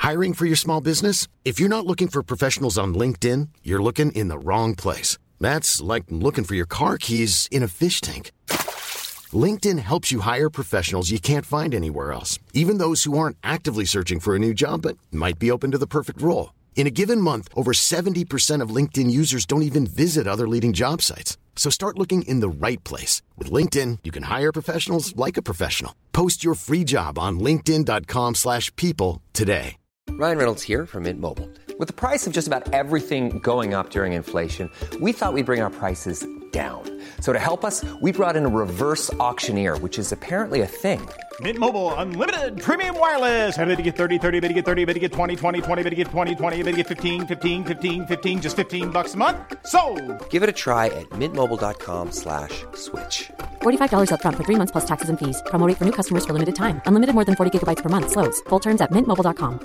Hiring for your small business? If you're not looking for professionals on LinkedIn, you're looking in the wrong place. That's like looking for your car keys in a fish tank. LinkedIn helps you hire professionals you can't find anywhere else, even those who aren't actively searching for a new job but might be open to the perfect role. In a given month, over 70% of LinkedIn users don't even visit other leading job sites. So start looking in the right place. With LinkedIn, you can hire professionals like a professional. Post your free job on linkedin.com/people today. Ryan Reynolds here from Mint Mobile. With the price of just about everything going up during inflation, we thought we'd bring our prices down. So to help us, we brought in a reverse auctioneer, which is apparently a thing. Mint Mobile Unlimited Premium Wireless. How to get 30, 30, bit to get 30, bit to get 20, 20, 20, bit to get 20, 20, bit to get 15, 15, 15, 15, just $15 a month? Sold! Give it a try at mintmobile.com/switch. $45 up front for 3 months plus taxes and fees. Promo rate for new customers for limited time. Unlimited more than 40 gigabytes per month. Slows full terms at mintmobile.com.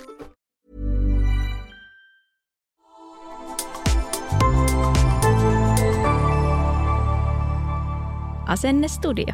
Asennestudio.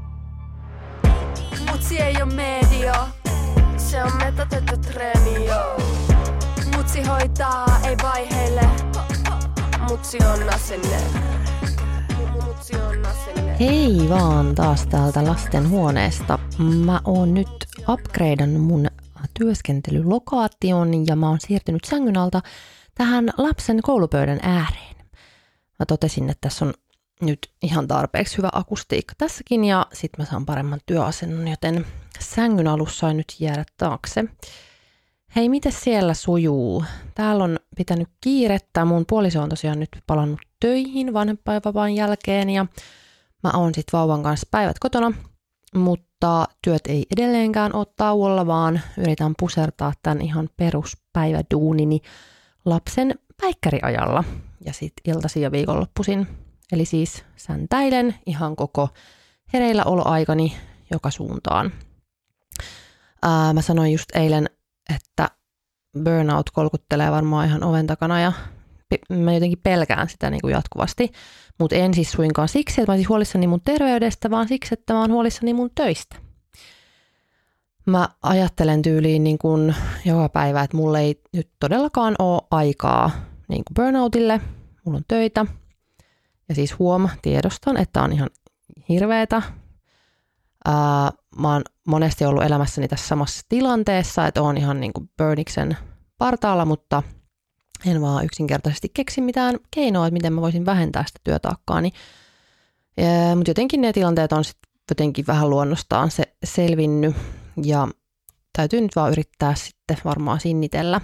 Mutsi ei oo media, se on metatettu treenio. Mutsi hoitaa, ei vaiheille. Mutsi on asenne. Mutsi on asenne. Hei vaan taas täältä lastenhuoneesta. Mä oon nyt upgradeannut mun työskentelylokaation ja mä oon siirtynyt sängyn alta tähän lapsen koulupöydän ääreen. Mä totesin, että tässä on nyt ihan tarpeeksi hyvä akustiikka tässäkin ja sit mä saan paremman työasennon, joten sängyn alussa sai nyt jäädä taakse. Hei, miten siellä sujuu? Täällä on pitänyt kiirettä. Mun puoliso on tosiaan nyt palannut töihin vanhempainvapaan jälkeen ja mä oon sit vauvan kanssa päivät kotona, mutta työt ei edelleenkään ole tauolla, vaan yritän pusertaa tämän ihan peruspäiväduunini lapsen päikkäriajalla ja sit iltaisin ja viikonloppuisin. Eli siis säntäilen ihan koko hereilläoloaikani joka suuntaan. Mä sanoin just eilen, että burnout kolkuttelee varmaan ihan oven takana ja mä jotenkin pelkään sitä niin kuin jatkuvasti. Mutta en siis suinkaan siksi, että mä olisin huolissani mun terveydestä, vaan siksi, että mä oon huolissani mun töistä. Mä ajattelen tyyliin niin kuin joka päivä, että mulla ei nyt todellakaan ole aikaa niin kuin burnoutille. Mulla on töitä. Ja siis tiedostan, että on ihan hirveetä. Mä oon monesti ollut elämässäni tässä samassa tilanteessa, että oon ihan niin kuin burniksen partaalla, mutta en vaan yksinkertaisesti keksi mitään keinoa, että miten mä voisin vähentää sitä työtaakkaani. Mutta jotenkin ne tilanteet on sitten jotenkin vähän luonnostaan selvinnyt ja täytyy nyt vaan yrittää sitten varmaan sinnitellä.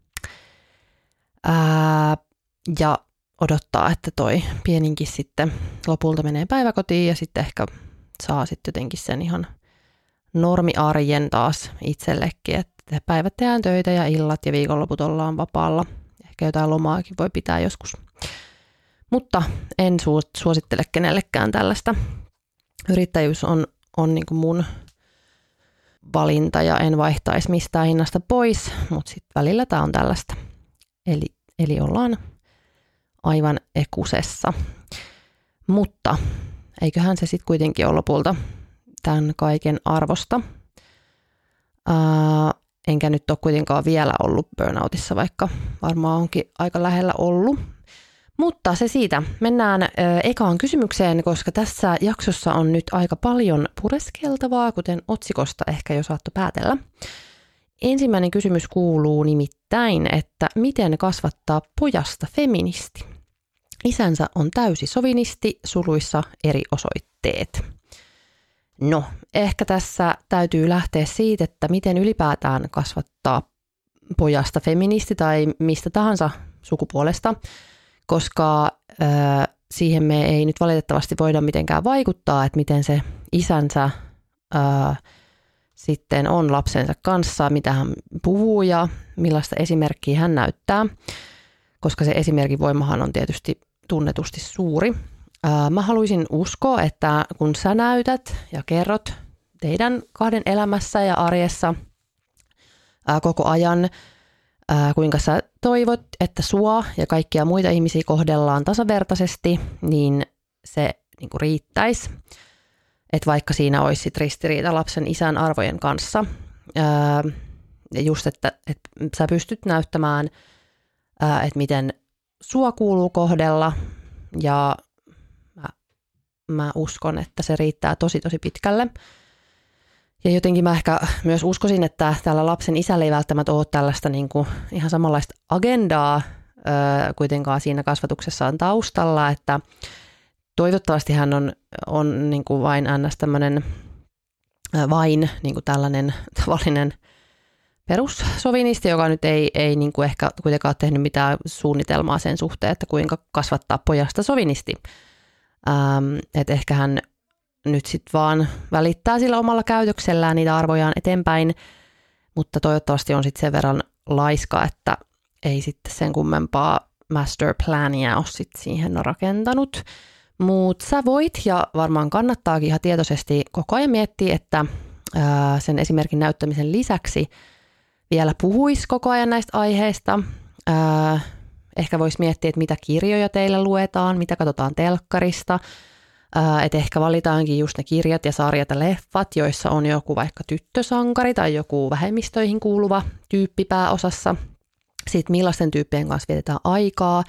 Ja odottaa, että toi pieninkin sitten lopulta menee päiväkotiin ja sitten ehkä saa sitten jotenkin sen ihan normiarjen taas itsellekin, että päivät tehdään töitä ja illat ja viikonloput ollaan vapaalla. Ehkä jotain lomaakin voi pitää joskus. Mutta en suosittele kenellekään tällaista. Yrittäjyys on niin kuin mun valinta ja en vaihtaisi mistään hinnasta pois, mutta sitten välillä tämä on tällaista. Eli ollaan aivan ekusessa. Mutta eiköhän se sitten kuitenkin ole lopulta tämän kaiken arvosta. Enkä nyt ole kuitenkaan vielä ollut burnoutissa, vaikka varmaan onkin aika lähellä ollut. Mutta se siitä. Mennään ekaan kysymykseen, koska tässä jaksossa on nyt aika paljon pureskeltavaa, kuten otsikosta ehkä jo saattoi päätellä. Ensimmäinen kysymys kuuluu nimittäin, että miten kasvattaa pojasta feministi? Isänsä on täysi sovinisti, suluissa eri osoitteet. No, ehkä tässä täytyy lähteä siitä, että miten ylipäätään kasvattaa pojasta feministi tai mistä tahansa sukupuolesta, koska siihen me ei nyt valitettavasti voida mitenkään vaikuttaa, että miten se isänsä sitten on lapsensa kanssa, mitä hän puhuu ja millaista esimerkkiä hän näyttää, koska se esimerkin voimahan on tietysti tunnetusti suuri. Mä haluaisin uskoa, että kun sä näytät ja kerrot teidän kahden elämässä ja arjessa koko ajan, kuinka sä toivot, että sua ja kaikkia muita ihmisiä kohdellaan tasavertaisesti, niin se niin kuin riittäisi. Että vaikka siinä olisi sit ristiriita lapsen isän arvojen kanssa, just, että sä pystyt näyttämään, että miten sua kuuluu kohdella ja mä uskon, että se riittää tosi pitkälle. Ja jotenkin mä ehkä myös uskoisin, että tällä lapsen isällä ei välttämättä ole tällaista niin kuin ihan samanlaista agendaa kuitenkaan siinä kasvatuksessaan taustalla, että toivottavasti hän on niin kuin vain ns. Tämmöinen vain niin kuin tällainen tavallinen perussovinisti, joka nyt ei niin kuin ehkä kuitenkaan ole tehnyt mitään suunnitelmaa sen suhteen, että kuinka kasvattaa pojasta sovinisti. Että ehkä hän nyt sitten vaan välittää sillä omalla käytöksellään niitä arvojaan eteenpäin, mutta toivottavasti on sitten sen verran laiska, että ei sitten sen kummempaa masterplania ole sitten siihen rakentanut. Mutta sä voit ja varmaan kannattaakin ihan tietoisesti koko ajan miettiä, että sen esimerkin näyttämisen lisäksi vielä puhuisi koko ajan näistä aiheista. Ehkä voisi miettiä, että mitä kirjoja teillä luetaan, mitä katsotaan telkkarista. Että ehkä valitaankin just ne kirjat ja sarjat ja leffat, joissa on joku vaikka tyttösankari tai joku vähemmistöihin kuuluva tyyppi pääosassa. Sitten millaisten tyyppien kanssa vietetään aikaa.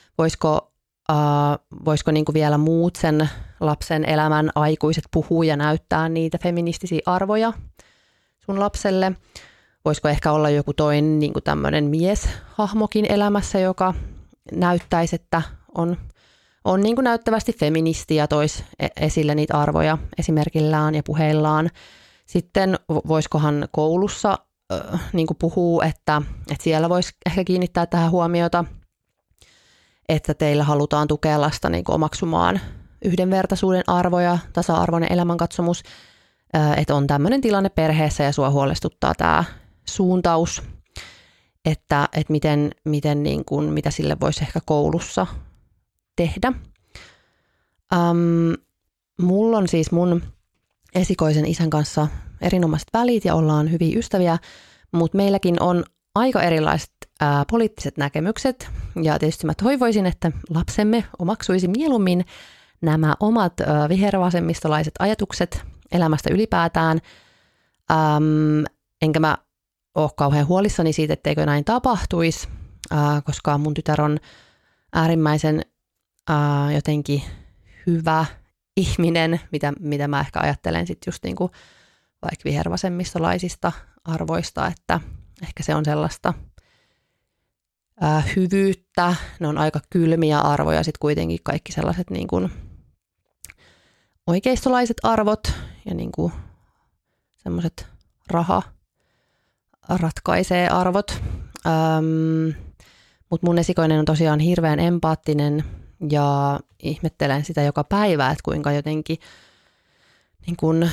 Voisiko niin kuin vielä muut sen lapsen elämän aikuiset puhua ja näyttää niitä feministisiä arvoja sun lapselle. Voisiko ehkä olla joku toinen niin kuin tämmöinen mieshahmokin elämässä, joka näyttäisi, että on niin kuin näyttävästi feministi ja toisi esille niitä arvoja esimerkillään ja puheillaan. Sitten voisikohan koulussa niin kuin puhua, että siellä voisi ehkä kiinnittää tähän huomiota, että teillä halutaan tukea lasta niin kuin omaksumaan yhdenvertaisuuden arvoja, tasa-arvoinen elämänkatsomus, että on tämmöinen tilanne perheessä ja sua huolestuttaa tämä suuntaus, että miten niin kuin, mitä sille voisi ehkä koulussa tehdä. Mulla on siis mun esikoisen isän kanssa erinomaiset välit ja ollaan hyviä ystäviä, mutta meilläkin on aika erilaiset poliittiset näkemykset ja tietysti mä toivoisin, että lapsemme omaksuisi mieluummin nämä omat vihervasemmistolaiset ajatukset elämästä ylipäätään, enkä mä ole kauhean huolissani siitä, etteikö näin tapahtuisi, koska mun tytär on äärimmäisen jotenkin hyvä ihminen, mitä mä ehkä ajattelen sitten just niinku vaikka vihervasemmistolaisista arvoista, että ehkä se on sellaista hyvyyttä, ne on aika kylmiä arvoja, sitten kuitenkin kaikki sellaiset niin kuin oikeistolaiset arvot ja niin kuin semmoiset raha ratkaisee arvot. Mutta mun esikoinen on tosiaan hirveän empaattinen ja ihmettelen sitä joka päivä, että kuinka jotenkin niin kuin,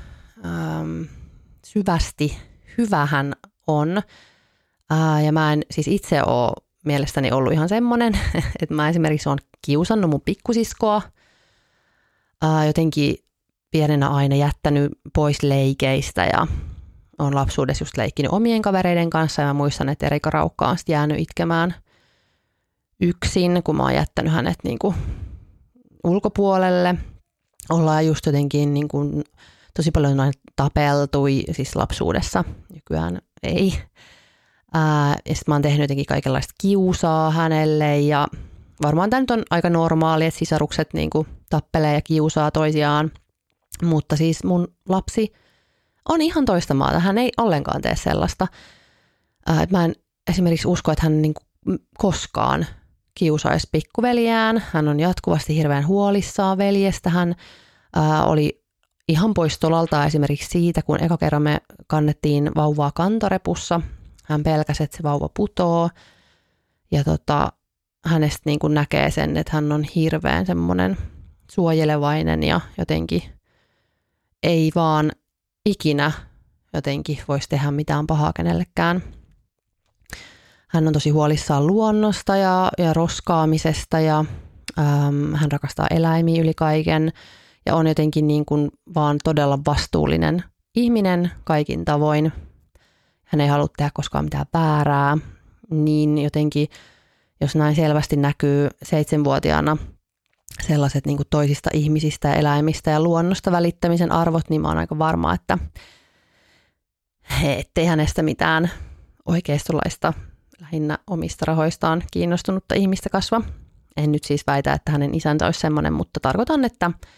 syvästi hyvä hän on. Ja mä en siis itse ole mielestäni ollut ihan semmoinen, että mä esimerkiksi olen kiusannut mun pikkusiskoa, jotenkin pienenä aina jättänyt pois leikeistä ja on lapsuudessa just leikkinyt omien kavereiden kanssa ja mä muistan, että Erika Raukka on sitten jäänyt itkemään yksin, kun mä oon jättänyt hänet niinku ulkopuolelle. Ollaan just jotenkin niinku tosi paljon tapeltui siis lapsuudessa, nykyään ei. Ja sitten mä oon tehnyt jotenkin kaikenlaista kiusaa hänelle ja varmaan tämä nyt on aika normaali, että sisarukset niinku tappelee ja kiusaa toisiaan, mutta siis mun lapsi on ihan toista maata, hän ei ollenkaan tee sellaista. Mä en esimerkiksi usko, että hän niinku koskaan kiusaisi pikkuveljään, hän on jatkuvasti hirveän huolissaan veljestä, hän oli ihan pois tolalta esimerkiksi siitä, kun eka kerran me kannettiin vauvaa kantorepussa. Hän pelkäsi, että se vauva putoo ja hänestä niin kuin näkee sen, että hän on hirveän semmoinen suojelevainen ja jotenkin ei vaan ikinä jotenkin voisi tehdä mitään pahaa kenellekään. Hän on tosi huolissaan luonnosta ja roskaamisesta ja hän rakastaa eläimiä yli kaiken ja on jotenkin niin kuin vaan todella vastuullinen ihminen kaikin tavoin. Hän ei halua tehdä koskaan mitään väärää, niin jotenkin, jos näin selvästi näkyy 7-vuotiaana sellaiset niin kuin toisista ihmisistä ja eläimistä ja luonnosta välittämisen arvot, niin mä oon aika varma, että ettei hänestä mitään oikeistolaista, lähinnä omista rahoistaan kiinnostunutta ihmistä kasva. En nyt siis väitä, että hänen isänsä olisi semmoinen, mutta tarkoitan,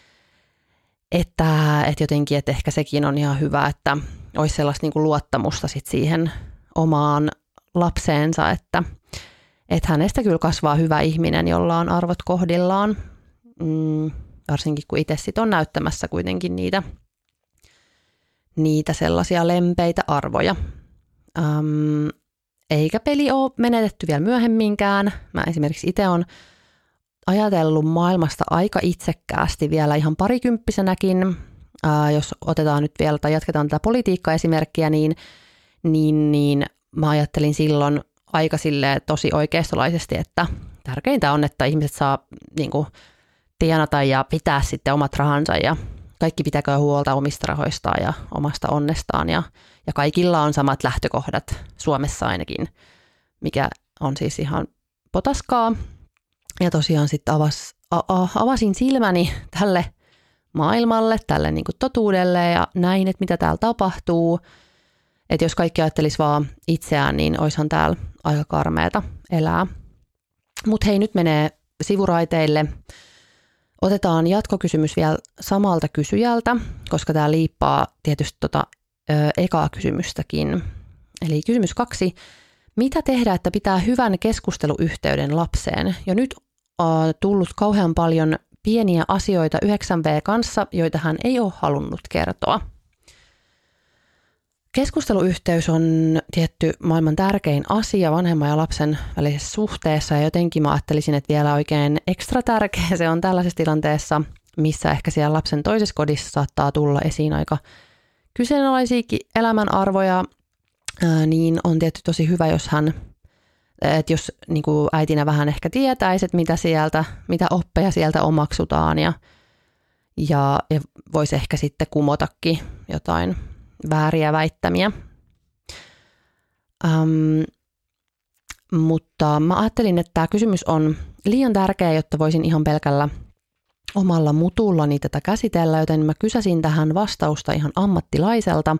että jotenkin, että ehkä sekin on ihan hyvä, että olisi sellaista niin kuin luottamusta sit siihen omaan lapseensa, että hänestä kyllä kasvaa hyvä ihminen, jolla on arvot kohdillaan, varsinkin kun itse sit on näyttämässä kuitenkin niitä sellaisia lempeitä arvoja. Eikä peli ole menetetty vielä myöhemminkään. Mä esimerkiksi itse olen ajatellut maailmasta aika itsekkäästi vielä ihan parikymppisenäkin. Jos otetaan nyt vielä tai jatketaan tätä politiikkaesimerkkiä, niin mä ajattelin silloin aika silleen tosi oikeistolaisesti, että tärkeintä on, että ihmiset saa niin kuin tienata ja pitää sitten omat rahansa ja kaikki pitäkää huolta omista rahoistaan ja omasta onnestaan ja kaikilla on samat lähtökohdat Suomessa ainakin, mikä on siis ihan potaskaa. Ja tosiaan sitten avasin silmäni tälle maailmalle, tälle niin kuin totuudelle ja näin, että mitä täällä tapahtuu. Että jos kaikki ajattelisi vaan itseään, niin oishan täällä aika karmeata elää. Mutta hei, nyt menee sivuraiteille. Otetaan jatkokysymys vielä samalta kysyjältä, koska tämä liippaa tietysti ekaa kysymystäkin. Eli kysymys 2. Mitä tehdä, että pitää hyvän keskusteluyhteyden lapseen? Jo nyt on tullut kauhean paljon pieniä asioita 9V kanssa, joita hän ei ole halunnut kertoa. Keskusteluyhteys on tietty maailman tärkein asia vanhemman ja lapsen välisessä suhteessa ja jotenkin mä ajattelisin, että vielä oikein ekstra tärkeä se on tällaisessa tilanteessa, missä ehkä siellä lapsen toisessa kodissa saattaa tulla esiin aika kyseenalaisiakin elämänarvoja, niin on tietty tosi hyvä, että jos niin kuin äitinä vähän ehkä tietäisi, että mitä oppeja sieltä omaksutaan ja voisi ehkä sitten kumotakin jotain vääriä väittämiä. Mutta mä ajattelin, että tämä kysymys on liian tärkeä, jotta voisin ihan pelkällä omalla mutullani tätä käsitellä, joten mä kysäsin tähän vastausta ihan ammattilaiselta.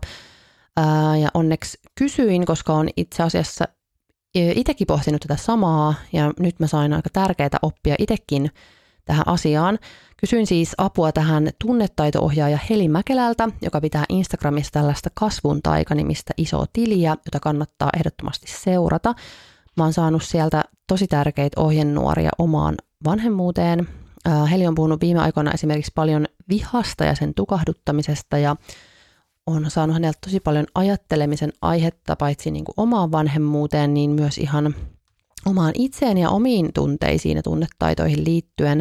Ja onneksi kysyin, koska on itse asiassa itsekin pohtinut tätä samaa ja nyt mä sain aika tärkeää oppia itsekin tähän asiaan. Kysyin siis apua tähän tunnetaito-ohjaaja Heli Mäkelältä, joka pitää Instagramissa tällaista Kasvun taika-nimistä isoa tiliä, jota kannattaa ehdottomasti seurata. Mä oon saanut sieltä tosi tärkeitä ohjenuoria omaan vanhemmuuteen. Heli on puhunut viime aikoina esimerkiksi paljon vihasta ja sen tukahduttamisesta ja on saanut häneltä tosi paljon ajattelemisen aihetta paitsi niin kuin omaan vanhemmuuteen, niin myös ihan omaan itseen ja omiin tunteisiin ja tunnetaitoihin liittyen.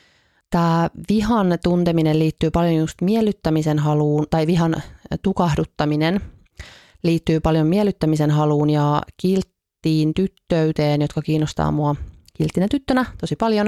Tämä vihan tunteminen liittyy paljon just miellyttämisen haluun, tai vihan tukahduttaminen liittyy paljon miellyttämisen haluun ja kilttiin tyttöyteen, jotka kiinnostaa mua kilttinä tyttönä tosi paljon.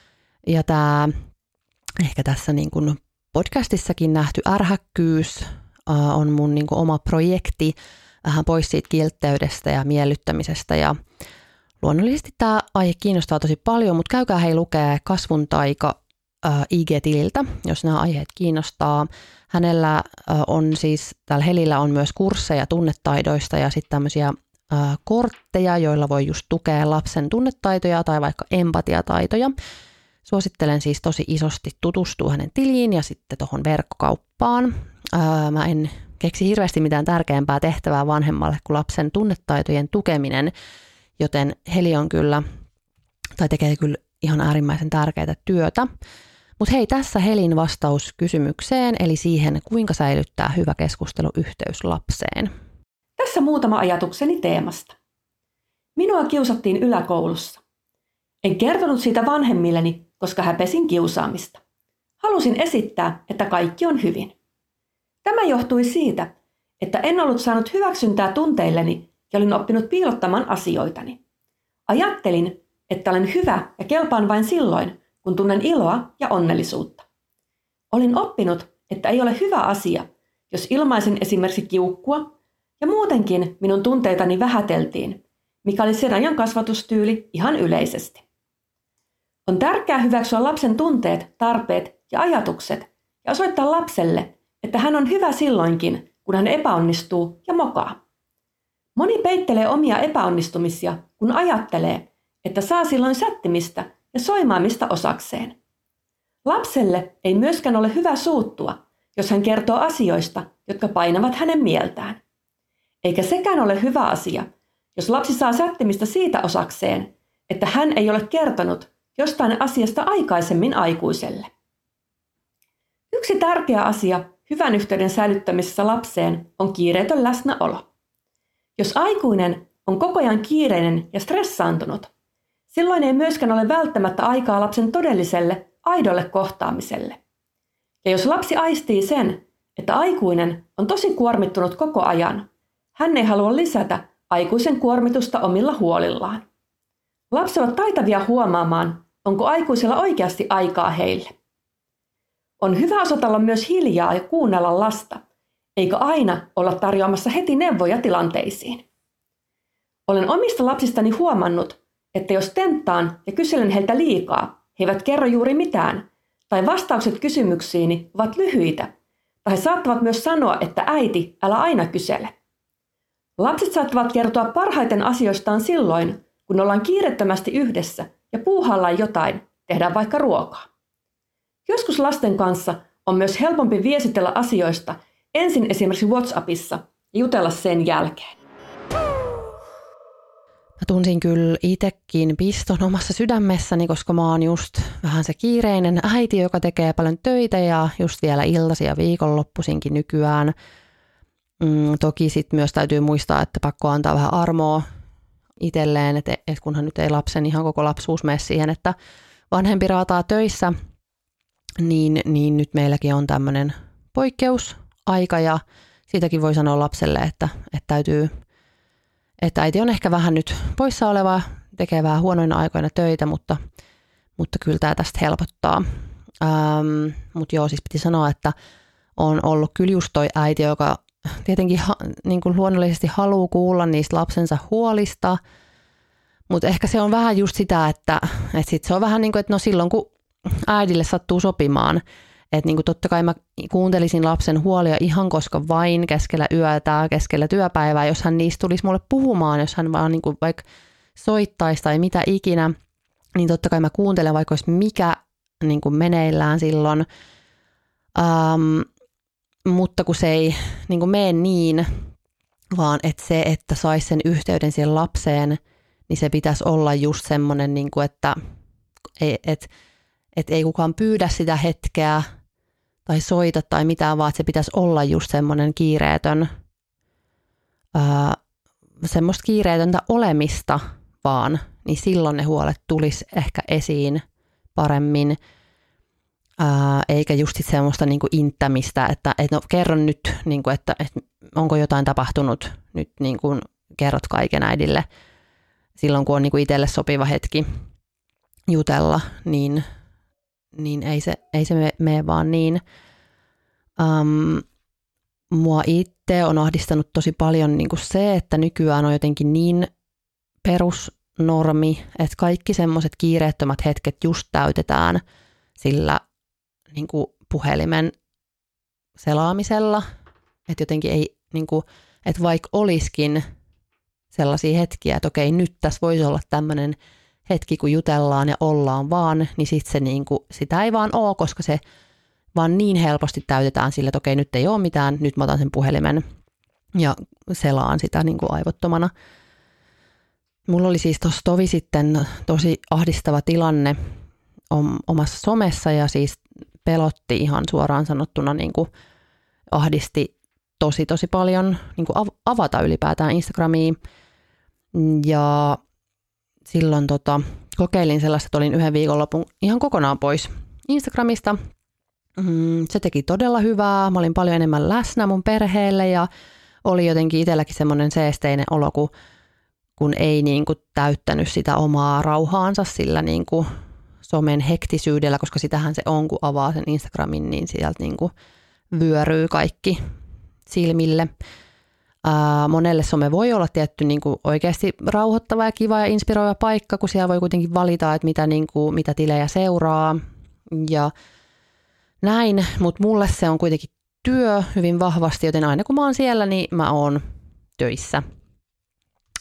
Ja tämä ehkä tässä niin kuin podcastissakin nähty ärhäkkyys on mun niin kuin oma projekti vähän pois siitä kiltteydestä ja miellyttämisestä ja luonnollisesti tämä aihe kiinnostaa tosi paljon, mutta käykää hei lukee Kasvun taika IG-tililtä, jos nämä aiheet kiinnostaa. Hänellä on siis, täällä Helillä on myös kursseja tunnetaidoista ja sitten tämmöisiä kortteja, joilla voi just tukea lapsen tunnetaitoja tai vaikka empatiataitoja. Suosittelen siis tosi isosti tutustua hänen tiliin ja sitten tuohon verkkokauppaan. Mä en keksi hirveästi mitään tärkeämpää tehtävää vanhemmalle kuin lapsen tunnetaitojen tukeminen, joten Heli on kyllä, tai tekee kyllä ihan äärimmäisen tärkeää työtä. Mutta hei, tässä Helin vastaus kysymykseen, eli siihen, kuinka säilyttää hyvä keskusteluyhteys lapseen. Tässä muutama ajatukseni teemasta. Minua kiusattiin yläkoulussa. En kertonut siitä vanhemmilleni, koska häpesin kiusaamista. Halusin esittää, että kaikki on hyvin. Tämä johtui siitä, että en ollut saanut hyväksyntää tunteilleni ja olin oppinut piilottamaan asioitani. Ajattelin, että olen hyvä ja kelpaan vain silloin, kun tunnen iloa ja onnellisuutta. Olin oppinut, että ei ole hyvä asia, jos ilmaisen esimerkiksi kiukkua ja muutenkin minun tunteitani vähäteltiin, mikä oli sen ajan kasvatustyyli ihan yleisesti. On tärkeää hyväksyä lapsen tunteet, tarpeet ja ajatukset ja osoittaa lapselle, että hän on hyvä silloinkin, kun hän epäonnistuu ja mokaa. Moni peittelee omia epäonnistumisia, kun ajattelee, että saa silloin sättimistä ja soimaamista osakseen. Lapselle ei myöskään ole hyvä suuttua, jos hän kertoo asioista, jotka painavat hänen mieltään. Eikä sekään ole hyvä asia, jos lapsi saa sättimistä siitä osakseen, että hän ei ole kertonut jostain asiasta aikaisemmin aikuiselle. Yksi tärkeä asia hyvän yhteyden säilyttämisessä lapseen on kiireetön läsnäolo. Jos aikuinen on koko ajan kiireinen ja stressaantunut, silloin ei myöskään ole välttämättä aikaa lapsen todelliselle, aidolle kohtaamiselle. Ja jos lapsi aistii sen, että aikuinen on tosi kuormittunut koko ajan, hän ei halua lisätä aikuisen kuormitusta omilla huolillaan. Lapset ovat taitavia huomaamaan, onko aikuisella oikeasti aikaa heille. On hyvä osata myös hiljaa ja kuunnella lasta, eikä aina olla tarjoamassa heti neuvoja tilanteisiin. Olen omista lapsistani huomannut, että jos tenttaan ja kyselen heiltä liikaa, he eivät kerro juuri mitään, tai vastaukset kysymyksiini ovat lyhyitä, tai he saattavat myös sanoa, että äiti, älä aina kysele. Lapset saattavat kertoa parhaiten asioistaan silloin, kun ollaan kiirettömästi yhdessä ja puuhaillaan jotain, tehdään vaikka ruokaa. Joskus lasten kanssa on myös helpompi viestitellä asioista ensin esimerkiksi WhatsAppissa ja jutella sen jälkeen. Mä tunsin kyllä itsekin piston omassa sydämessäni, koska mä oon just vähän se kiireinen äiti, joka tekee paljon töitä ja just vielä iltaisin ja viikonloppuisinkin nykyään. Toki sitten myös täytyy muistaa, että pakko antaa vähän armoa itselleen, että kunhan nyt ei lapsen ihan koko lapsuus mene siihen, että vanhempi raataa töissä, niin nyt meilläkin on tämmöinen poikkeusaika ja siitäkin voi sanoa lapselle, että täytyy, että äiti on ehkä vähän nyt poissa oleva, tekee vähän huonoina aikoina töitä, mutta kyllä tämä tästä helpottaa. Mutta joo, siis piti sanoa, että on ollut kyllä just toi äiti, joka tietenkin niin kuin luonnollisesti haluaa kuulla niistä lapsensa huolista, mutta ehkä se on vähän just sitä, että sit se on vähän niin kuin, että no silloin kun äidille sattuu sopimaan, että niin kuin totta kai mä kuuntelisin lapsen huolia ihan koska vain keskellä yötä, keskellä työpäivää, jos hän niistä tulisi mulle puhumaan, jos hän vaan niin kuin vaikka soittaisi tai mitä ikinä, niin totta kai mä kuuntelen vaikka olisi mikä niin kuin meneillään silloin. Mutta kun se ei niin kuin mene niin, vaan että se, että saisi sen yhteyden siihen lapseen, niin se pitäisi olla just semmoinen, niin kuin, että ei kukaan pyydä sitä hetkeä tai soita tai mitään, vaan että se pitäisi olla just semmoinen kiireetön, semmoista kiireetöntä olemista vaan, niin silloin ne huolet tulisi ehkä esiin paremmin. Eikä just semmoista niinku inttämistä, että no kerron nyt, niinku, että onko jotain tapahtunut, nyt niinku, kerrot kaiken äidille. Silloin kun on niinku itselle sopiva hetki jutella, niin ei se mene vaan niin. Mua itse on ahdistanut tosi paljon niinku se, että nykyään on jotenkin niin perusnormi, että kaikki semmoiset kiireettömät hetket just täytetään sillä niin kuin puhelimen selaamisella, että jotenkin ei, niin kuin, että vaikka olisikin sellaisia hetkiä, että okei, nyt tässä voisi olla tämmöinen hetki, kun jutellaan ja ollaan vaan, niin sitten se niin kuin, sitä ei vaan ole, koska se vaan niin helposti täytetään sillä, että okei, nyt ei ole mitään, nyt mä otan sen puhelimen ja selaan sitä niin kuin aivottomana. Mulla oli siis tuossa tovi sitten tosi ahdistava tilanne omassa somessa ja siis pelotti ihan suoraan sanottuna, niin kuin ahdisti tosi paljon niin kuin avata ylipäätään Instagramia. Ja silloin kokeilin sellaista, että olin yhden viikonlopun ihan kokonaan pois Instagramista. Se teki todella hyvää. Mä olin paljon enemmän läsnä mun perheelle ja oli jotenkin itselläkin semmoinen seesteinen olo, kun ei niin kuin täyttänyt sitä omaa rauhaansa sillä niin kuin somen hektisyydellä, koska sitähän se on, kun avaa sen Instagramin, niin sieltä niin kuin vyöryy kaikki silmille. Monelle some voi olla tietty niin kuin oikeasti rauhoittava ja kiva ja inspiroiva paikka, kun siellä voi kuitenkin valita, että mitä tilejä seuraa ja näin, mutta mulle se on kuitenkin työ hyvin vahvasti, joten aina kun mä oon siellä, niin mä oon töissä.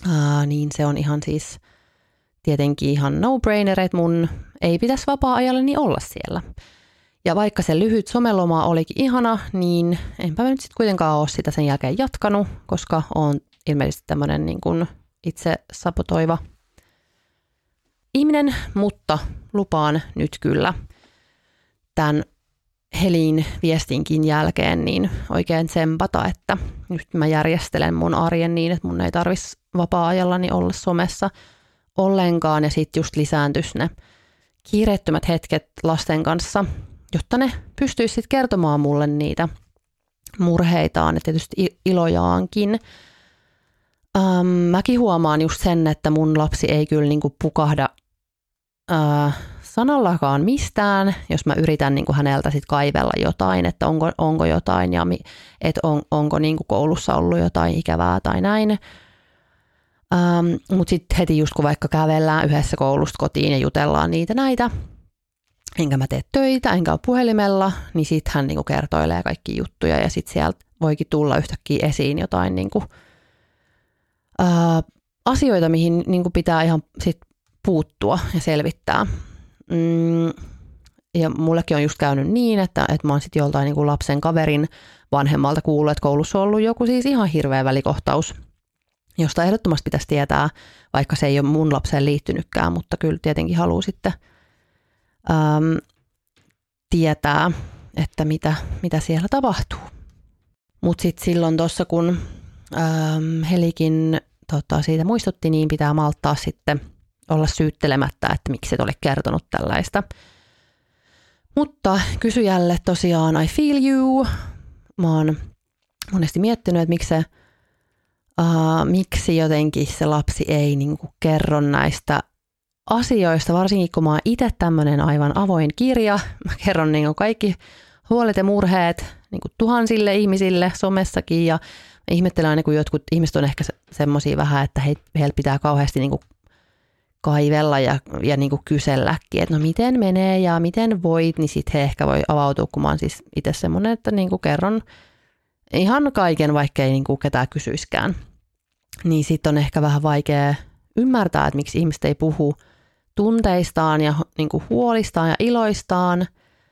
niin se on ihan siis tietenkin ihan no-brainer, että mun ei pitäisi vapaa-ajallani olla siellä. Ja vaikka se lyhyt someloma olikin ihana, niin enpä mä nyt sitten kuitenkaan ole sitä sen jälkeen jatkanut, koska on ilmeisesti tämmöinen niin kuin itse sabotoiva ihminen, mutta lupaan nyt kyllä tämän Helin viestinkin jälkeen niin oikein tsempata, että nyt mä järjestelen mun arjen niin, että mun ei tarvitsisi vapaa-ajallani olla somessa ollenkaan ja sitten just lisääntyisi ne kiireettömät hetket lasten kanssa, jotta ne pystyisi sitten kertomaan mulle niitä murheitaan ja tietysti ilojaankin. Mäkin huomaan just sen, että mun lapsi ei kyllä niinku pukahda sanallakaan mistään, jos mä yritän niinku häneltä sit kaivella jotain, että onko jotain ja että onko niinku koulussa ollut jotain ikävää tai näin. Mutta sitten heti just kun vaikka kävellään yhdessä koulusta kotiin ja jutellaan niitä näitä, enkä mä tee töitä, enkä ole puhelimella, niin sit hän niinku kertoilee kaikki juttuja ja sit sieltä voikin tulla yhtäkkiä esiin jotain niinku, asioita, mihin niinku pitää ihan sit puuttua ja selvittää. Ja mullekin on just käynyt niin, että mä oon sitten joltain niin kuin lapsen kaverin vanhemmalta kuullut, että koulussa on ollut joku siis ihan hirveä välikohtaus, josta ehdottomasti pitäisi tietää, vaikka se ei ole mun lapseen liittynytkään, mutta kyllä tietenkin haluaa sitten tietää, että mitä siellä tapahtuu. Mutta sitten silloin tuossa, kun Helikin siitä muistutti, niin pitää malttaa sitten olla syyttelemättä, että miksi et ole kertonut tällaista. Mutta kysyjälle tosiaan I feel you. Mä oon monesti miettinyt, että miksi jotenkin se lapsi ei niinku kerro näistä asioista, varsinkin kun mä oon itse tämmöinen aivan avoin kirja. Mä kerron niinku kaikki huolet ja murheet niinku tuhansille ihmisille somessakin ja ihmettelen aina, kun jotkut ihmiset on ehkä semmoisia vähän, että heillä pitää kauheasti niinku kaivella ja niinku kyselläkin, että no miten menee ja miten voit, niin sitten he ehkä voi avautua, kun mä oon siis itse semmoinen, että niinku kerron ihan kaiken, vaikka ei niinku ketään kysyiskään. Niin sitten on ehkä vähän vaikea ymmärtää, että miksi ihmiset ei puhu tunteistaan ja niinku huolistaan ja iloistaan,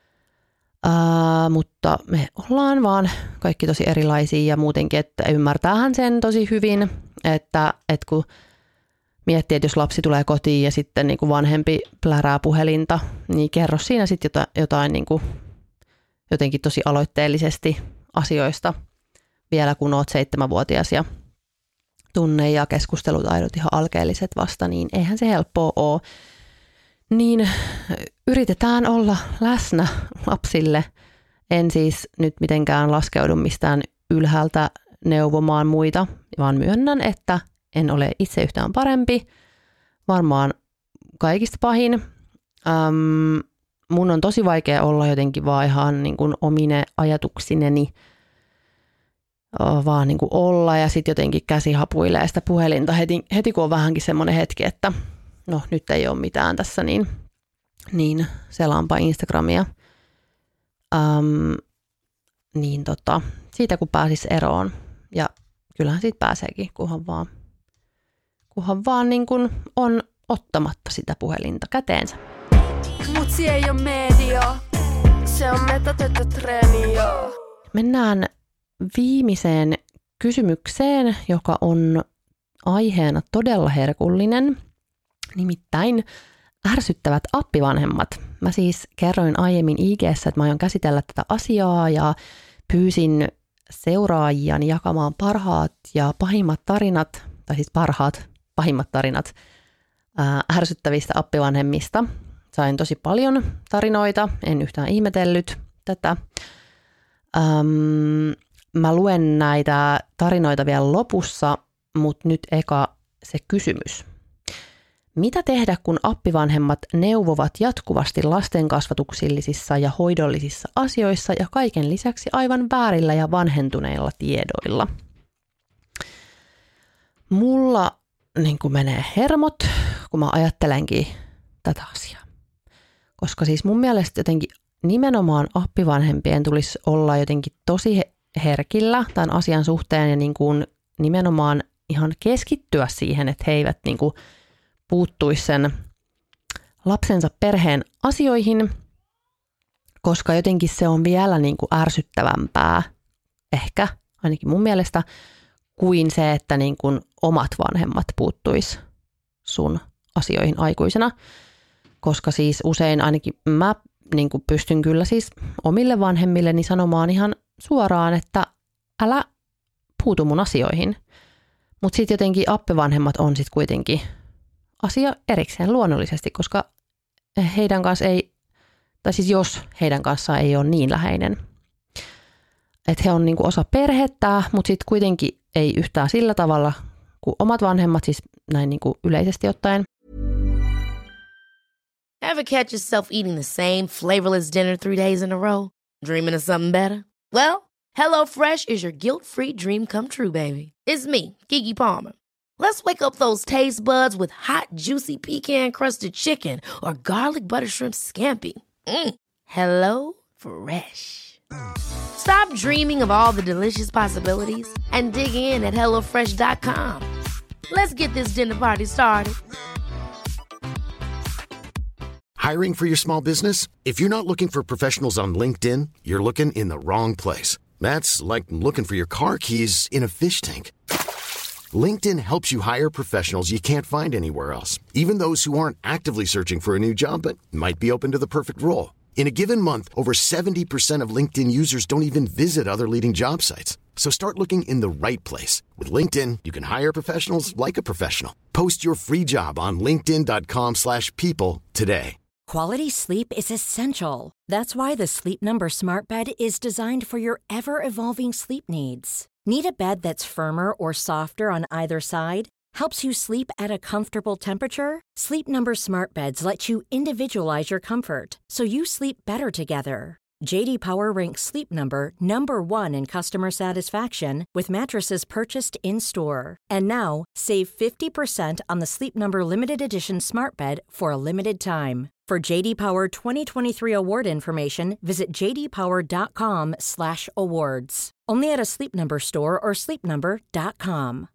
mutta me ollaan vaan kaikki tosi erilaisia ja muutenkin, että ymmärtäähän sen tosi hyvin, että kun miettii, että jos lapsi tulee kotiin ja sitten niin kuin vanhempi plärää puhelinta, niin kerro siinä sitten jotain niin kuin jotenkin tosi aloitteellisesti asioista vielä kun oot 7-vuotias ja tunne- ja keskustelutaidot ihan alkeelliset vasta, niin eihän se helppoa ole. Niin yritetään olla läsnä lapsille. En siis nyt mitenkään laskeudu mistään ylhäältä neuvomaan muita, vaan myönnän, että en ole itse yhtään parempi. Varmaan kaikista pahin. Mun on tosi vaikea olla jotenkin vaan ihan niin kuin omine ajatuksineni vaan niin kuin olla ja sitten jotenkin käsi hapuilee sitä puhelinta heti kun on vähänkin semmoinen hetki, että no nyt ei ole mitään tässä, niin selaanpa Instagramia. Siitä kun pääsis eroon ja kyllähän siitä pääseekin, kunhan vaan niin kuin on ottamatta sitä puhelinta käteensä. Mutsi ei ole media, se on metatöitä treeniä. Mennään viimeiseen kysymykseen, joka on aiheena todella herkullinen, nimittäin ärsyttävät appivanhemmat. Mä siis kerroin aiemmin IG:ssä, että mä aion käsitellä tätä asiaa ja pyysin seuraajiani jakamaan parhaat ja pahimmat tarinat, tai siis pahimmat tarinat ärsyttävistä appivanhemmista. Sain tosi paljon tarinoita, en yhtään ihmetellyt tätä. Mä luen näitä tarinoita vielä lopussa, mutta nyt eka se kysymys. Mitä tehdä, kun appivanhemmat neuvovat jatkuvasti lastenkasvatuksellisissa ja hoidollisissa asioissa ja kaiken lisäksi aivan väärillä ja vanhentuneilla tiedoilla? Mulla niin kuin menee hermot, kun mä ajattelenkin tätä asiaa. Koska siis mun mielestä jotenkin nimenomaan appivanhempien tulisi olla jotenkin tosi herkillä tämän asian suhteen ja niin kuin nimenomaan ihan keskittyä siihen, että he eivät niin kuin puuttuisi sen lapsensa perheen asioihin, koska jotenkin se on vielä niin kuin ärsyttävämpää, ehkä ainakin mun mielestä, kuin se, että niin kuin omat vanhemmat puuttuisi sun asioihin aikuisena. Koska siis usein ainakin mä niin kuin pystyn kyllä siis omille vanhemmilleni sanomaan ihan suoraan, että älä puutu mun asioihin. Mutta sitten jotenkin appivanhemmat on sitten kuitenkin asia erikseen luonnollisesti, koska heidän kanssa ei, tai siis jos heidän kanssaan ei ole niin läheinen. Että he on niinku osa perhettä, mutta sitten kuitenkin ei yhtään sillä tavalla kuin omat vanhemmat, siis näin niinku yleisesti ottaen. Ever catch yourself eating the same flavorless dinner 3 days in a row? Dreaming of something better? Well, HelloFresh is your guilt-free dream come true, baby. It's me, Keke Palmer. Let's wake up those taste buds with hot, juicy pecan-crusted chicken or garlic butter shrimp scampi. Hello Fresh. Stop dreaming of all the delicious possibilities and dig in at HelloFresh.com. Let's get this dinner party started. Hiring for your small business? If you're not looking for professionals on LinkedIn, you're looking in the wrong place. That's like looking for your car keys in a fish tank. LinkedIn helps you hire professionals you can't find anywhere else, even those who aren't actively searching for a new job but might be open to the perfect role. In a given month, over 70% of LinkedIn users don't even visit other leading job sites. So start looking in the right place. With LinkedIn, you can hire professionals like a professional. Post your free job on linkedin.com/people today. Quality sleep is essential. That's why the Sleep Number Smart Bed is designed for your ever-evolving sleep needs. Need a bed that's firmer or softer on either side? Helps you sleep at a comfortable temperature? Sleep Number Smart Beds let you individualize your comfort, so you sleep better together. J.D. Power ranks Sleep Number #1 in customer satisfaction with mattresses purchased in-store. And now, save 50% on the Sleep Number Limited Edition Smart Bed for a limited time. For J.D. Power 2023 award information, visit jdpower.com/awards. Only at a Sleep Number store or sleepnumber.com.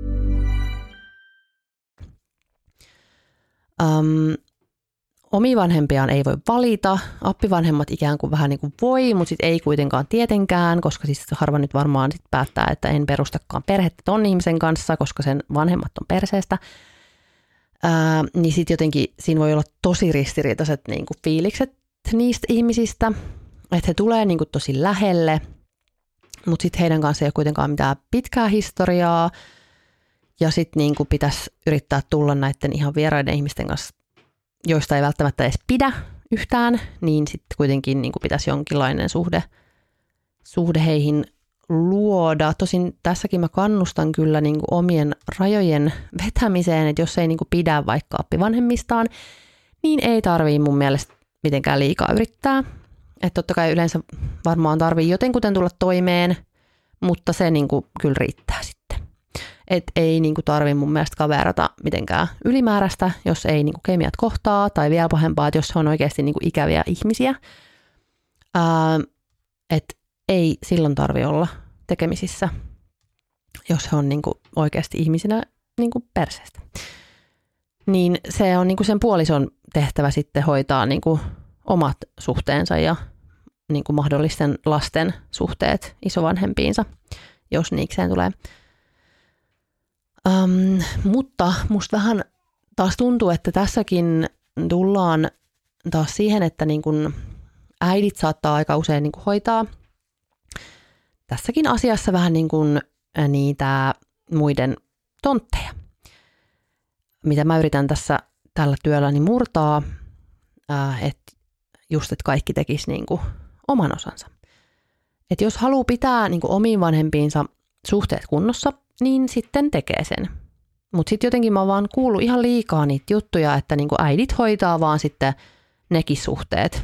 Omia vanhempiaan ei voi valita. Appivanhemmat ikään kuin vähän niin kuin voi, mutta sitten ei kuitenkaan tietenkään, koska siis harva nyt varmaan sit päättää, että en perustakaan perhettä ton ihmisen kanssa, koska sen vanhemmat on perseestä. Niin sitten jotenkin siinä voi olla tosi ristiriitaiset niin kuin fiilikset niistä ihmisistä, että he tulee niin kuin tosi lähelle, mutta sitten heidän kanssa ei ole kuitenkaan mitään pitkää historiaa, ja sitten niin kuin pitäisi yrittää tulla näiden ihan vieraiden ihmisten kanssa, joista ei välttämättä edes pidä yhtään, niin sitten kuitenkin niin kuin pitäisi jonkinlainen suhde heihin luoda. Tosin tässäkin mä kannustan kyllä niin kuin omien rajojen vetämiseen, että jos ei niin kuin pidä vaikka appivanhemmistaan, niin ei tarvii mun mielestä mitenkään liikaa yrittää. Että totta kai yleensä varmaan tarvii jotenkuten tulla toimeen, mutta se niin kuin kyllä riittää sitten. Että ei niin kuin tarvii mun mielestä kaverata mitenkään ylimääräistä, jos ei niin kuin kemiat kohtaa, tai vielä pahempaa, että jos on oikeasti niin kuin ikäviä ihmisiä. Että ei silloin tarvitse olla tekemisissä, jos he on niin kuin oikeasti ihmisinä niin kuin perseestä. Niin se on niin kuin sen puolison tehtävä sitten hoitaa niin kuin omat suhteensa ja niin kuin mahdollisten lasten suhteet isovanhempiinsa, jos niikseen tulee. Mutta musta vähän taas tuntuu, että tässäkin tullaan taas siihen, että niin kuin äidit saattaa aika usein niin kuin hoitaa tässäkin asiassa vähän niin kuin niitä muiden tontteja, mitä mä yritän tässä tällä työlläni murtaa, että just, että kaikki tekisi niin kuin oman osansa. Että jos haluaa pitää niin kuin omiin vanhempiinsa suhteet kunnossa, niin sitten tekee sen. Mutta sitten jotenkin mä oon vaan kuullut ihan liikaa niitä juttuja, että niin kuin äidit hoitaa vaan sitten nekin suhteet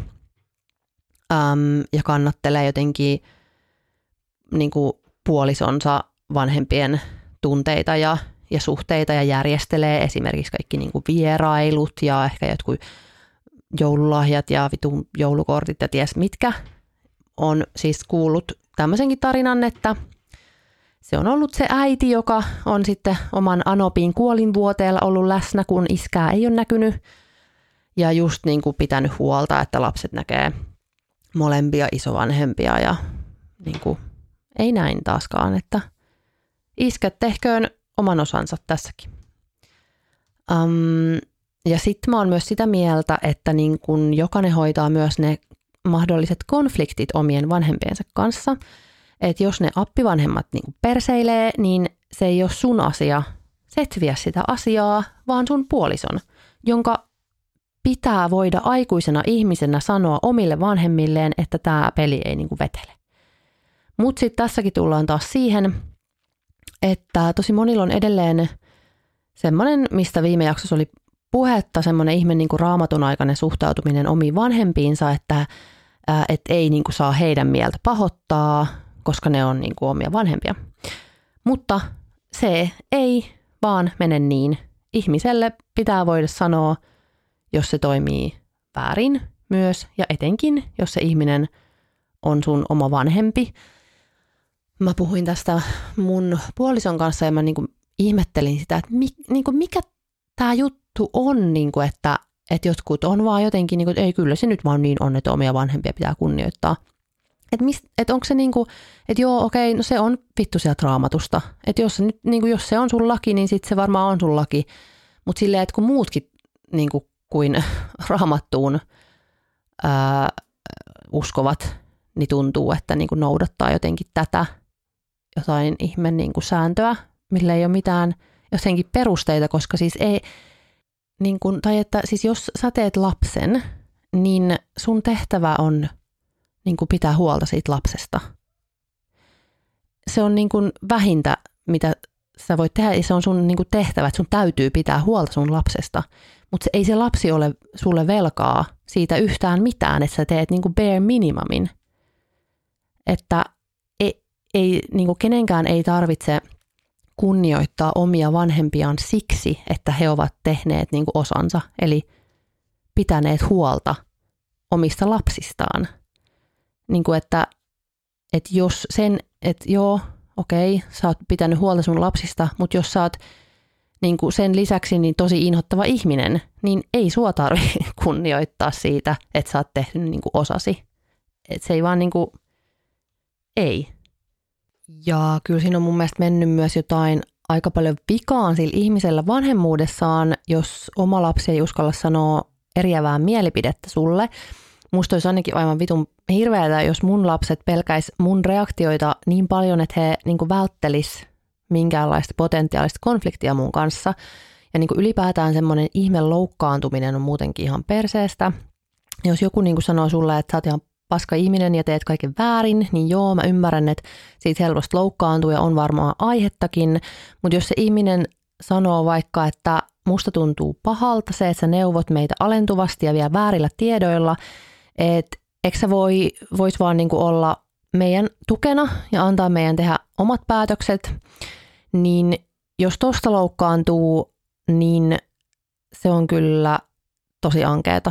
ja kannattelee jotenkin niin kuin puolisonsa vanhempien tunteita ja suhteita ja järjestelee esimerkiksi kaikki niin kuin vierailut ja ehkä jotkut joululahjat ja vitun joulukortit ja ties mitkä. On siis kuullut tämmöisenkin tarinan, että se on ollut se äiti, joka on sitten oman Anopin kuolinvuoteella ollut läsnä, kun iskää ei ole näkynyt. Ja just niin kuin pitänyt huolta, että lapset näkee molempia isovanhempia ja niin kuin, ei näin taaskaan, että iskät tehköön oman osansa tässäkin. Ja sitten mä oon myös sitä mieltä, että niin kun jokainen hoitaa myös ne mahdolliset konfliktit omien vanhempiensa kanssa. Että jos ne appivanhemmat niin perseilee, niin se ei ole sun asia setviä sitä asiaa, vaan sun puolison, jonka pitää voida aikuisena ihmisenä sanoa omille vanhemmilleen, että tämä peli ei niin kuin vetele. Mutta sitten tässäkin tullaan taas siihen, että tosi monilla on edelleen semmoinen, mistä viime jaksossa oli puhetta, semmoinen ihme niin kuin Raamatun aikainen suhtautuminen omiin vanhempiinsa, että ei niin kuin saa heidän mieltä pahoittaa, koska ne on niin kuin omia vanhempia. Mutta se ei vaan mene niin. Ihmiselle pitää voida sanoa, jos se toimii väärin myös, ja etenkin, jos se ihminen on sun oma vanhempi. Mä puhuin tästä mun puolison kanssa ja mä niin kuin ihmettelin sitä, että mikä tämä juttu on, niin kuin, että jotkut on vaan jotenkin, niin kuin, että ei kyllä se nyt vaan niin on, että omia vanhempia pitää kunnioittaa. Että onko se niin kuin, että joo okei, no se on vittu sieltä Raamatusta. Että jos se, nyt, niin kuin, jos se on sun laki, niin sitten se varmaan on sun laki. Mutta silleen, että kun muutkin niin kuin Raamattuun uskovat, niin tuntuu, että niin kuin noudattaa jotenkin tätä jotain ihme niin kuin sääntöä, millä ei ole mitään jotenkin perusteita, koska siis ei, niin kuin, tai että siis jos sä teet lapsen, niin sun tehtävä on niin kuin pitää huolta siitä lapsesta. Se on niin kuin vähintä, mitä sä voit tehdä, ja se on sun niin kuin tehtävä, että sun täytyy pitää huolta sun lapsesta. Mutta ei se lapsi ole sulle velkaa siitä yhtään mitään, että sä teet niin kuin bare minimumin. Että ei, niin kuin kenenkään ei tarvitse kunnioittaa omia vanhempiaan siksi, että he ovat tehneet niin kuin osansa, eli pitäneet huolta omista lapsistaan. Niin kuin että jos sen, että joo, okei, sä oot pitänyt huolta sun lapsista, mutta jos sä oot niin kuin sen lisäksi niin tosi inhottava ihminen, niin ei sua tarvitse kunnioittaa siitä, että sä oot tehnyt niin kuin osasi. Että se ei vaan niin kuin, ei. Ja kyllä siinä on mun mielestä mennyt myös jotain aika paljon vikaan sillä ihmisellä vanhemmuudessaan, jos oma lapsi ei uskalla sanoa eriävää mielipidettä sulle. Musta olisi ainakin aivan vitun hirveätä, jos mun lapset pelkäis mun reaktioita niin paljon, että he niin kuin välttelis minkäänlaista potentiaalista konfliktia mun kanssa. Ja niin kuin ylipäätään semmoinen ihme loukkaantuminen on muutenkin ihan perseestä. Jos joku niin kuin sanoo sulle, että sä oot ihan paska ihminen ja teet kaiken väärin, niin joo, mä ymmärrän, että siitä helposti loukkaantuu ja on varmaan aihettakin. Mutta jos se ihminen sanoo vaikka, että musta tuntuu pahalta se, että sä neuvot meitä alentuvasti ja vielä väärillä tiedoilla, että eikö sä vois vaan niin kuin olla meidän tukena ja antaa meidän tehdä omat päätökset, niin jos tosta loukkaantuu, niin se on kyllä tosi ankeeta.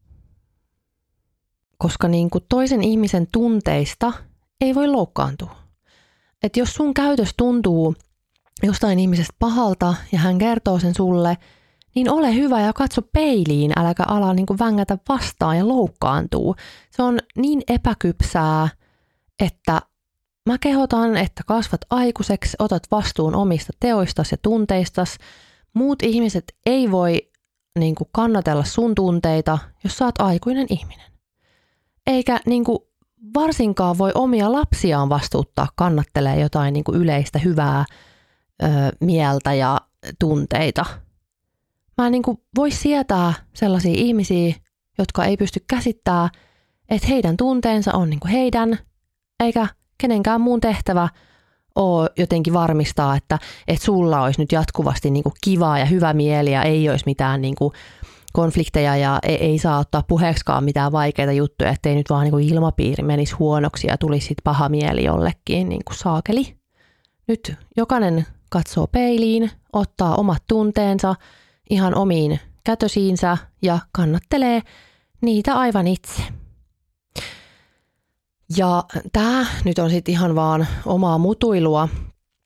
Koska niin kuin toisen ihmisen tunteista ei voi loukkaantua. Että jos sun käytös tuntuu jostain ihmisestä pahalta ja hän kertoo sen sulle, niin ole hyvä ja katso peiliin, äläkä ala niin kuin vängätä vastaan ja loukkaantuu. Se on niin epäkypsää, että mä kehotan, että kasvat aikuiseksi, otat vastuun omista teoistasi ja tunteistasi. Muut ihmiset ei voi niin kuin kannatella sun tunteita, jos sä oot aikuinen ihminen. Eikä niin kuin varsinkaan voi omia lapsiaan vastuuttaa kannattelee jotain niin kuin yleistä hyvää mieltä ja tunteita. Mä en niin kuin voi sietää sellaisia ihmisiä, jotka ei pysty käsittämään, että heidän tunteensa on niin kuin heidän, eikä kenenkään muun tehtävä ole jotenkin varmistaa, että sulla olisi nyt jatkuvasti niin kuin kivaa ja hyvä mieli ja ei olisi mitään niin kuin konflikteja ja ei saa ottaa puheeksikaan mitään vaikeita juttuja, ettei nyt vaan niin kuin ilmapiiri menisi huonoksi ja tulisi sit paha mieli jollekin niin kuin saakeli. Nyt jokainen katsoo peiliin, ottaa omat tunteensa ihan omiin kätösiinsä ja kannattelee niitä aivan itse. Ja tämä nyt on sitten ihan vaan omaa mutuilua,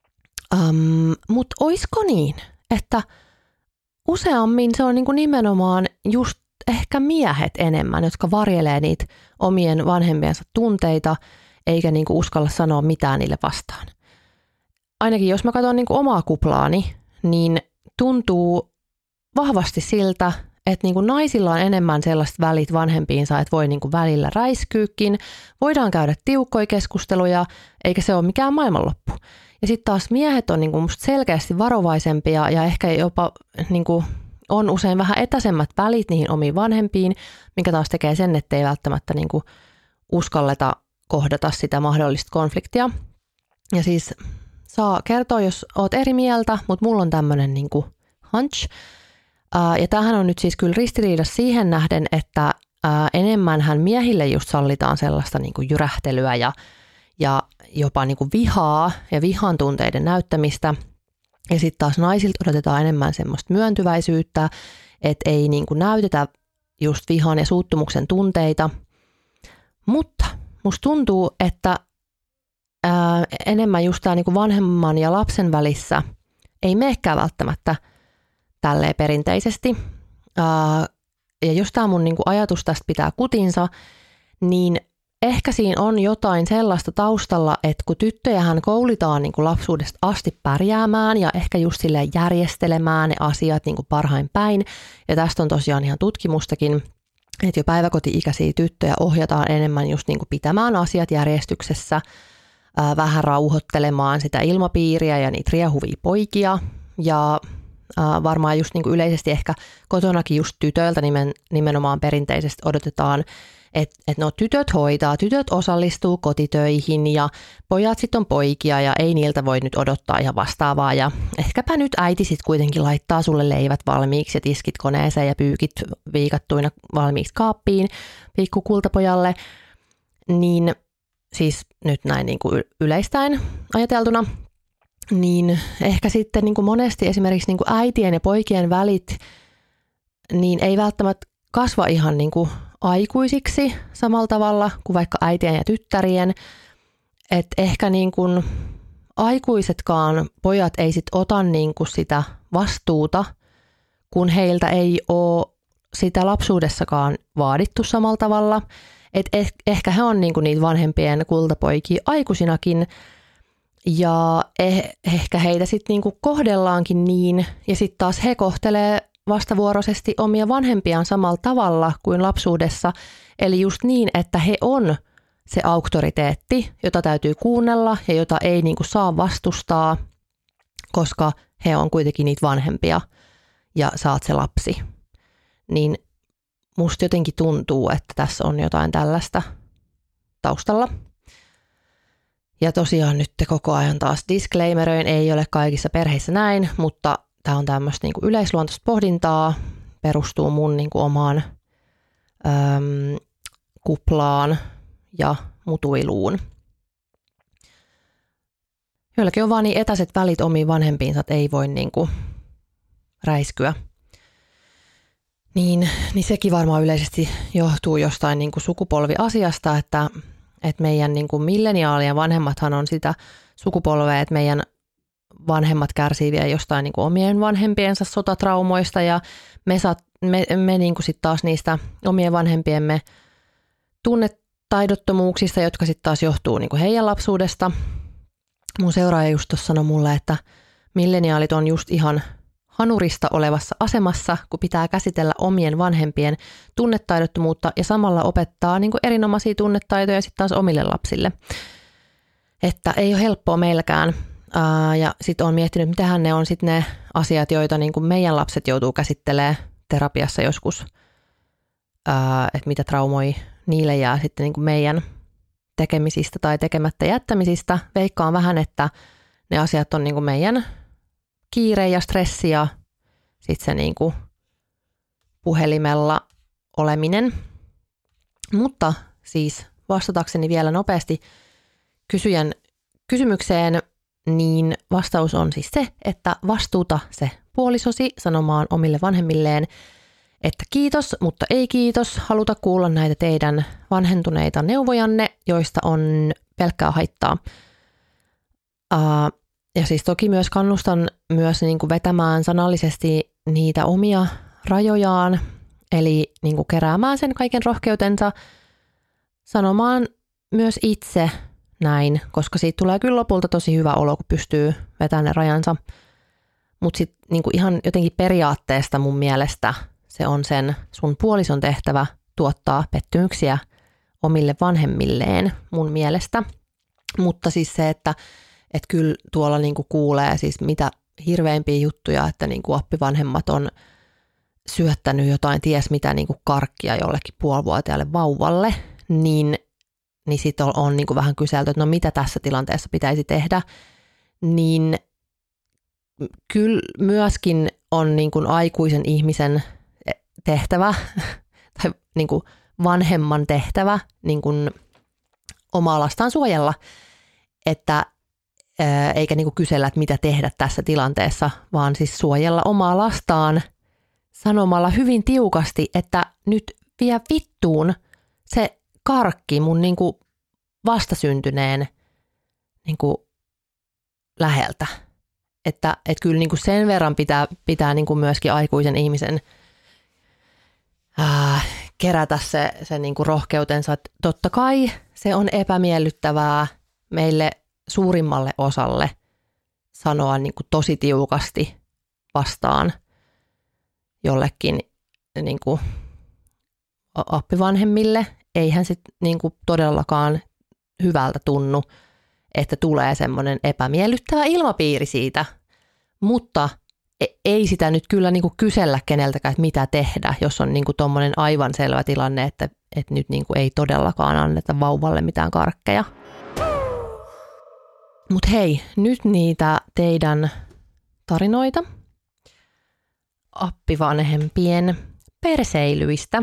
Mutta oisko niin, että useammin se on niinku nimenomaan just ehkä miehet enemmän, jotka varjelee niitä omien vanhempiensa tunteita, eikä niinku uskalla sanoa mitään niille vastaan. Ainakin jos mä katson niinku omaa kuplaani, niin tuntuu vahvasti siltä, että niinku naisilla on enemmän sellaiset välit vanhempiinsa, että voi niinku välillä räiskyykin, voidaan käydä tiukkoja keskusteluja, eikä se ole mikään maailmanloppu. Ja sitten taas miehet on niinku musta selkeästi varovaisempia ja ehkä jopa niinku on usein vähän etäisemmät välit niihin omiin vanhempiin, minkä taas tekee sen, ettei välttämättä niinku uskalleta kohdata sitä mahdollista konfliktia. Ja siis saa kertoa, jos oot eri mieltä, mutta mulla on tämmöinen niinku hunch. Ja tämähän on nyt siis kyllä ristiriidassa siihen nähden, että enemmänhän miehille just sallitaan sellaista niinku jyrähtelyä ja jopa niinku vihaa ja vihan tunteiden näyttämistä. Ja sitten taas naisilta odotetaan enemmän semmoista myöntyväisyyttä, että ei niinku näytetä just vihan ja suuttumuksen tunteita. Mutta musta tuntuu, että enemmän just tämä niinku vanhemman ja lapsen välissä ei menekään välttämättä tälleen perinteisesti. Ja jos tämä mun niinku ajatus tästä pitää kutinsa, niin ehkä siinä on jotain sellaista taustalla, että kun tyttöjähän koulitaan niinku lapsuudesta asti pärjäämään ja ehkä just silleen järjestelemään ne asiat niinku parhain päin. Ja tästä on tosiaan ihan tutkimustakin, että jo päiväkoti-ikäisiä tyttöjä ohjataan enemmän just niinku pitämään asiat järjestyksessä, vähän rauhoittelemaan sitä ilmapiiriä ja niitä riehuvia poikia. Ja varmaan just niinku yleisesti ehkä kotonakin just tytöiltä nimenomaan perinteisesti odotetaan, että no tytöt hoitaa, tytöt osallistuu kotitöihin ja pojat sitten on poikia ja ei niiltä voi nyt odottaa ihan vastaavaa. Ja ehkäpä nyt äiti sitten kuitenkin laittaa sulle leivät valmiiksi ja tiskit koneeseen ja pyykit viikattuina valmiiksi kaappiin pikkukultapojalle. Niin siis nyt näin niin kuin yleistäen ajateltuna, niin ehkä sitten niin kuin monesti esimerkiksi niin kuin äitien ja poikien välit niin ei välttämättä kasva ihan niin kuin aikuisiksi samalla tavalla kuin vaikka äitien ja tyttärien. Että ehkä niin kuin aikuisetkaan pojat ei sit ota niin kuin sitä vastuuta, kun heiltä ei ole sitä lapsuudessakaan vaadittu samalla tavalla. Että ehkä he on niin kuin niitä vanhempien kultapoikia aikuisinakin ja ehkä heitä sitten niin kuin kohdellaankin niin ja sitten taas he kohtelee vastavuoroisesti omia vanhempiaan samalla tavalla kuin lapsuudessa. Eli just niin, että he on se auktoriteetti, jota täytyy kuunnella ja jota ei niin kuin saa vastustaa, koska he on kuitenkin niitä vanhempia ja sä oot se lapsi. Niin musta jotenkin tuntuu, että tässä on jotain tällaista taustalla. Ja tosiaan nyt koko ajan taas disclaimeröin, ei ole kaikissa perheissä näin, mutta tämä on tämmöistä niinku yleisluontoista pohdintaa, perustuu mun niinku omaan kuplaan ja mutuiluun. Joillakin on vaan niin etäiset välit omiin vanhempiinsa, että ei voi niinku räiskyä. Niin sekin varmaan yleisesti johtuu jostain niinku sukupolviasiasta, että meidän niinku milleniaalien vanhemmathan on sitä sukupolvea, että meidän vanhemmat kärsii vielä jostain niinku omien vanhempiensa sotatraumoista ja me niinku sit taas niistä omien vanhempiemme tunnetaidottomuuksista, jotka sitten taas johtuu niinku heidän lapsuudesta. Mun seuraaja just tuossa sanoi mulle, että milleniaalit on just ihan hanurista olevassa asemassa, kun pitää käsitellä omien vanhempien tunnetaidottomuutta ja samalla opettaa niinku erinomaisia tunnetaitoja sitten taas omille lapsille. Että ei ole helppoa meilläkään. Ja sitten olen miettinyt, mitähän ne on sitten ne asiat, joita niinku meidän lapset joutuu käsittelemään terapiassa joskus. Että mitä traumoja niille jää sitten niinku meidän tekemisistä tai tekemättä jättämisistä. Veikkaan vähän, että ne asiat on niinku meidän kiire ja stressi ja sitten se niinku puhelimella oleminen. Mutta siis vastatakseni vielä nopeasti kysyjän kysymykseen, niin vastaus on siis se, että vastuuta se puolisosi sanomaan omille vanhemmilleen, että kiitos, mutta ei kiitos, haluta kuulla näitä teidän vanhentuneita neuvojanne, joista on pelkkää haittaa. Ja siis toki myös kannustan myös niin kuin vetämään sanallisesti niitä omia rajojaan, eli niin kuin keräämään sen kaiken rohkeutensa, sanomaan myös itse näin, koska siitä tulee kyllä lopulta tosi hyvä olo, kun pystyy vetämään ne rajansa. Mutta sitten niinku ihan jotenkin periaatteesta mun mielestä se on sen sun puolison tehtävä tuottaa pettymyksiä omille vanhemmilleen mun mielestä. Mutta siis se, että kyllä tuolla niinku kuulee siis mitä hirveimpiä juttuja, että niinku appivanhemmat on syöttänyt jotain ties mitä niinku karkkia jollekin puolivuotiaalle vauvalle, niin sitten on niinku vähän kyselty, että no mitä tässä tilanteessa pitäisi tehdä, niin kyllä myöskin on niin kuin aikuisen ihmisen tehtävä tai niin kuin vanhemman tehtävä niin kuin omaa lastaan suojella, että eikä niin kuin kysellä, että mitä tehdä tässä tilanteessa, vaan siis suojella omaa lastaan sanomalla hyvin tiukasti, että nyt vie vittuun se karkki mun niin kuin vastasyntyneen niin kuin läheltä. Että kyllä niin kuin sen verran pitää niin kuin myöskin aikuisen ihmisen kerätä se niin kuin rohkeutensa. Että totta kai se on epämiellyttävää meille suurimmalle osalle sanoa niin kuin tosi tiukasti vastaan jollekin niin kuin appivanhemmille. Eihän se niin kuin todellakaan hyvältä tunnu, että tulee semmoinen epämiellyttävä ilmapiiri siitä, mutta ei sitä nyt kyllä niin kuin kysellä keneltäkään, että mitä tehdä, jos on niin kuin tommoinen aivan selvä tilanne, että nyt niin kuin ei todellakaan anneta vauvalle mitään karkkeja. Mutta hei, nyt niitä teidän tarinoita appivanhempien perseilyistä.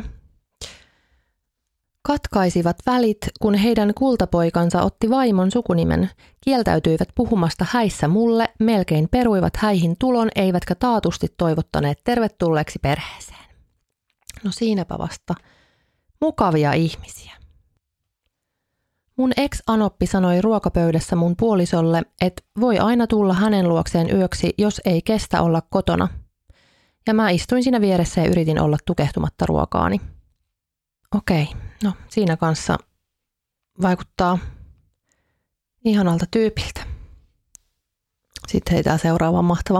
Katkaisivat välit, kun heidän kultapoikansa otti vaimon sukunimen, kieltäytyivät puhumasta häissä mulle, melkein peruivat häihin tulon, eivätkä taatusti toivottaneet tervetulleeksi perheeseen. No siinäpä vasta mukavia ihmisiä. Mun ex-anoppi sanoi ruokapöydässä mun puolisolle, että voi aina tulla hänen luokseen yöksi, jos ei kestä olla kotona. Ja mä istuin siinä vieressä ja yritin olla tukehtumatta ruokaani. Okei, no siinä kanssa vaikuttaa ihanalta tyypiltä. Sitten heitää seuraavaan mahtava.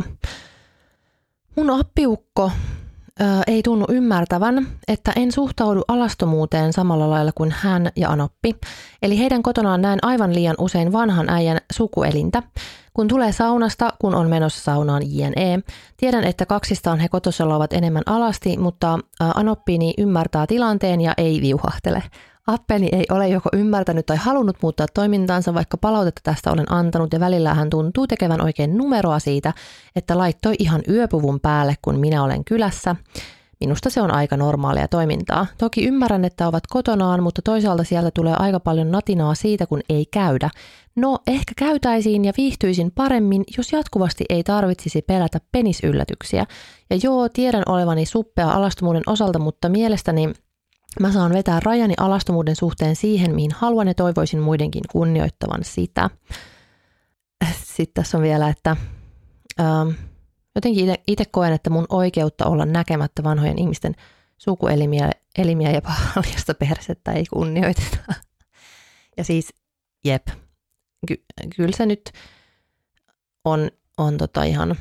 Mun appiukko ei tunnu ymmärtävän, että en suhtaudu alastomuuteen samalla lailla kuin hän ja anoppi. Eli heidän kotonaan näen aivan liian usein vanhan äijän sukuelintä. Kun tulee saunasta, kun on menossa saunaan jne. Tiedän, että kaksistaan he kotosalla ovat enemmän alasti, mutta anoppini ymmärtää tilanteen ja ei viuhahtele. Appeni ei ole joko ymmärtänyt tai halunnut muuttaa toimintaansa, vaikka palautetta tästä olen antanut ja välillä hän tuntuu tekevän oikein numeroa siitä, että laittoi ihan yöpuvun päälle, kun minä olen kylässä. Minusta se on aika normaalia toimintaa. Toki ymmärrän, että ovat kotonaan, mutta toisaalta sieltä tulee aika paljon natinaa siitä, kun ei käydä. No, ehkä käytäisiin ja viihtyisin paremmin, jos jatkuvasti ei tarvitsisi pelätä penisyllätyksiä. Ja joo, tiedän olevani suppea alastomuuden osalta, mutta mielestäni mä saan vetää rajani alastomuuden suhteen siihen, mihin haluan ja toivoisin muidenkin kunnioittavan sitä. Sitten tässä on vielä, että jotenkin itse koen, että mun oikeutta olla näkemättä vanhojen ihmisten sukuelimiä ja paljasta persettä ei kunnioiteta. Ja siis, jep, kyllä se nyt on ihan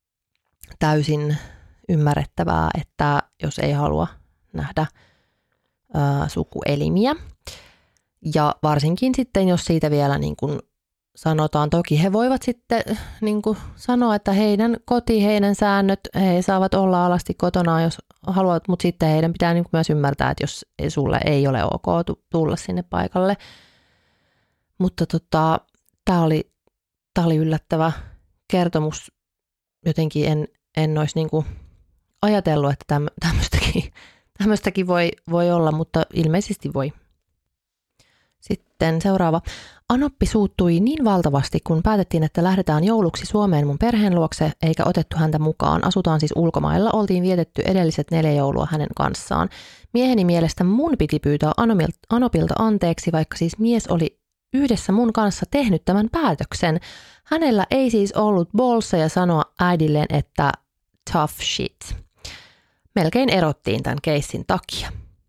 täysin ymmärrettävää, että jos ei halua nähdä sukuelimiä. Ja varsinkin sitten, jos siitä vielä niin kuin sanotaan, toki he voivat sitten niin kuin sanoa, että heidän koti, heidän säännöt, he saavat olla alasti kotona, jos haluavat, mutta sitten heidän pitää niin kuin myös ymmärtää, että jos sulle ei ole ok tulla sinne paikalle. Mutta tämä oli yllättävä kertomus. Jotenkin en olisi niin kuin ajatellut, että tämmöistäkin voi olla, mutta ilmeisesti voi. Sitten seuraava. Anoppi suuttui niin valtavasti, kun päätettiin, että lähdetään jouluksi Suomeen mun perheen luokse, eikä otettu häntä mukaan. Asutaan siis ulkomailla, oltiin vietetty edelliset 4 joulua hänen kanssaan. Mieheni mielestä mun piti pyytää Anopilta anteeksi, vaikka siis mies oli yhdessä mun kanssa tehnyt tämän päätöksen. Hänellä ei siis ollut bolseja sanoa äidilleen, että tough shit. Melkein erottiin tämän keissin takia.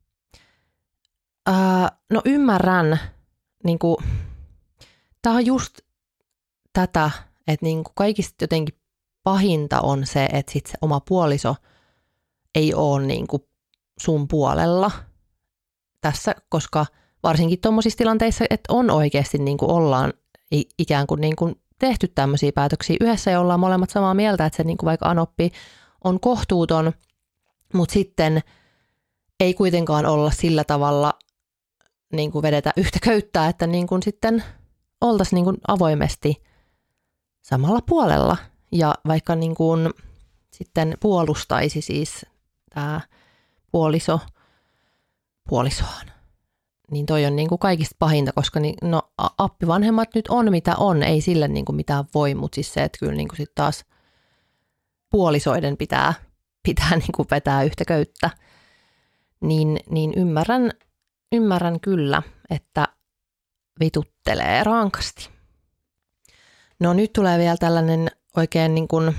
No ymmärrän, niin kuin, tää on just tätä, että niin kuin kaikista jotenkin pahinta on se, että sit se oma puoliso ei ole niin kuin sun puolella tässä, koska varsinkin tuommoisissa tilanteissa, että on oikeasti niin kuin ollaan ikään kuin, niin kuin tehty tämmöisiä päätöksiä yhdessä ja ollaan molemmat samaa mieltä, että se niin kuin vaikka anoppi on kohtuuton, mutta sitten ei kuitenkaan olla sillä tavalla niin kuin vedetä yhtä köyttää, että niin kuin sitten oltaisiin niin kuin avoimesti samalla puolella ja vaikka niin kuin sitten puolustaisi siis tämä puolisoaan. Niin toi on niin kuin kaikista pahinta, koska no appivanhemmat nyt on mitä on, ei sille niin kuin mitään voi, mutta siis se, että kyllä niin kuin sit taas puolisoiden pitää niin kuin vetää yhtä köyttä, niin ymmärrän kyllä, että vituttelee rankasti. No nyt tulee vielä tällainen oikein niin kuin,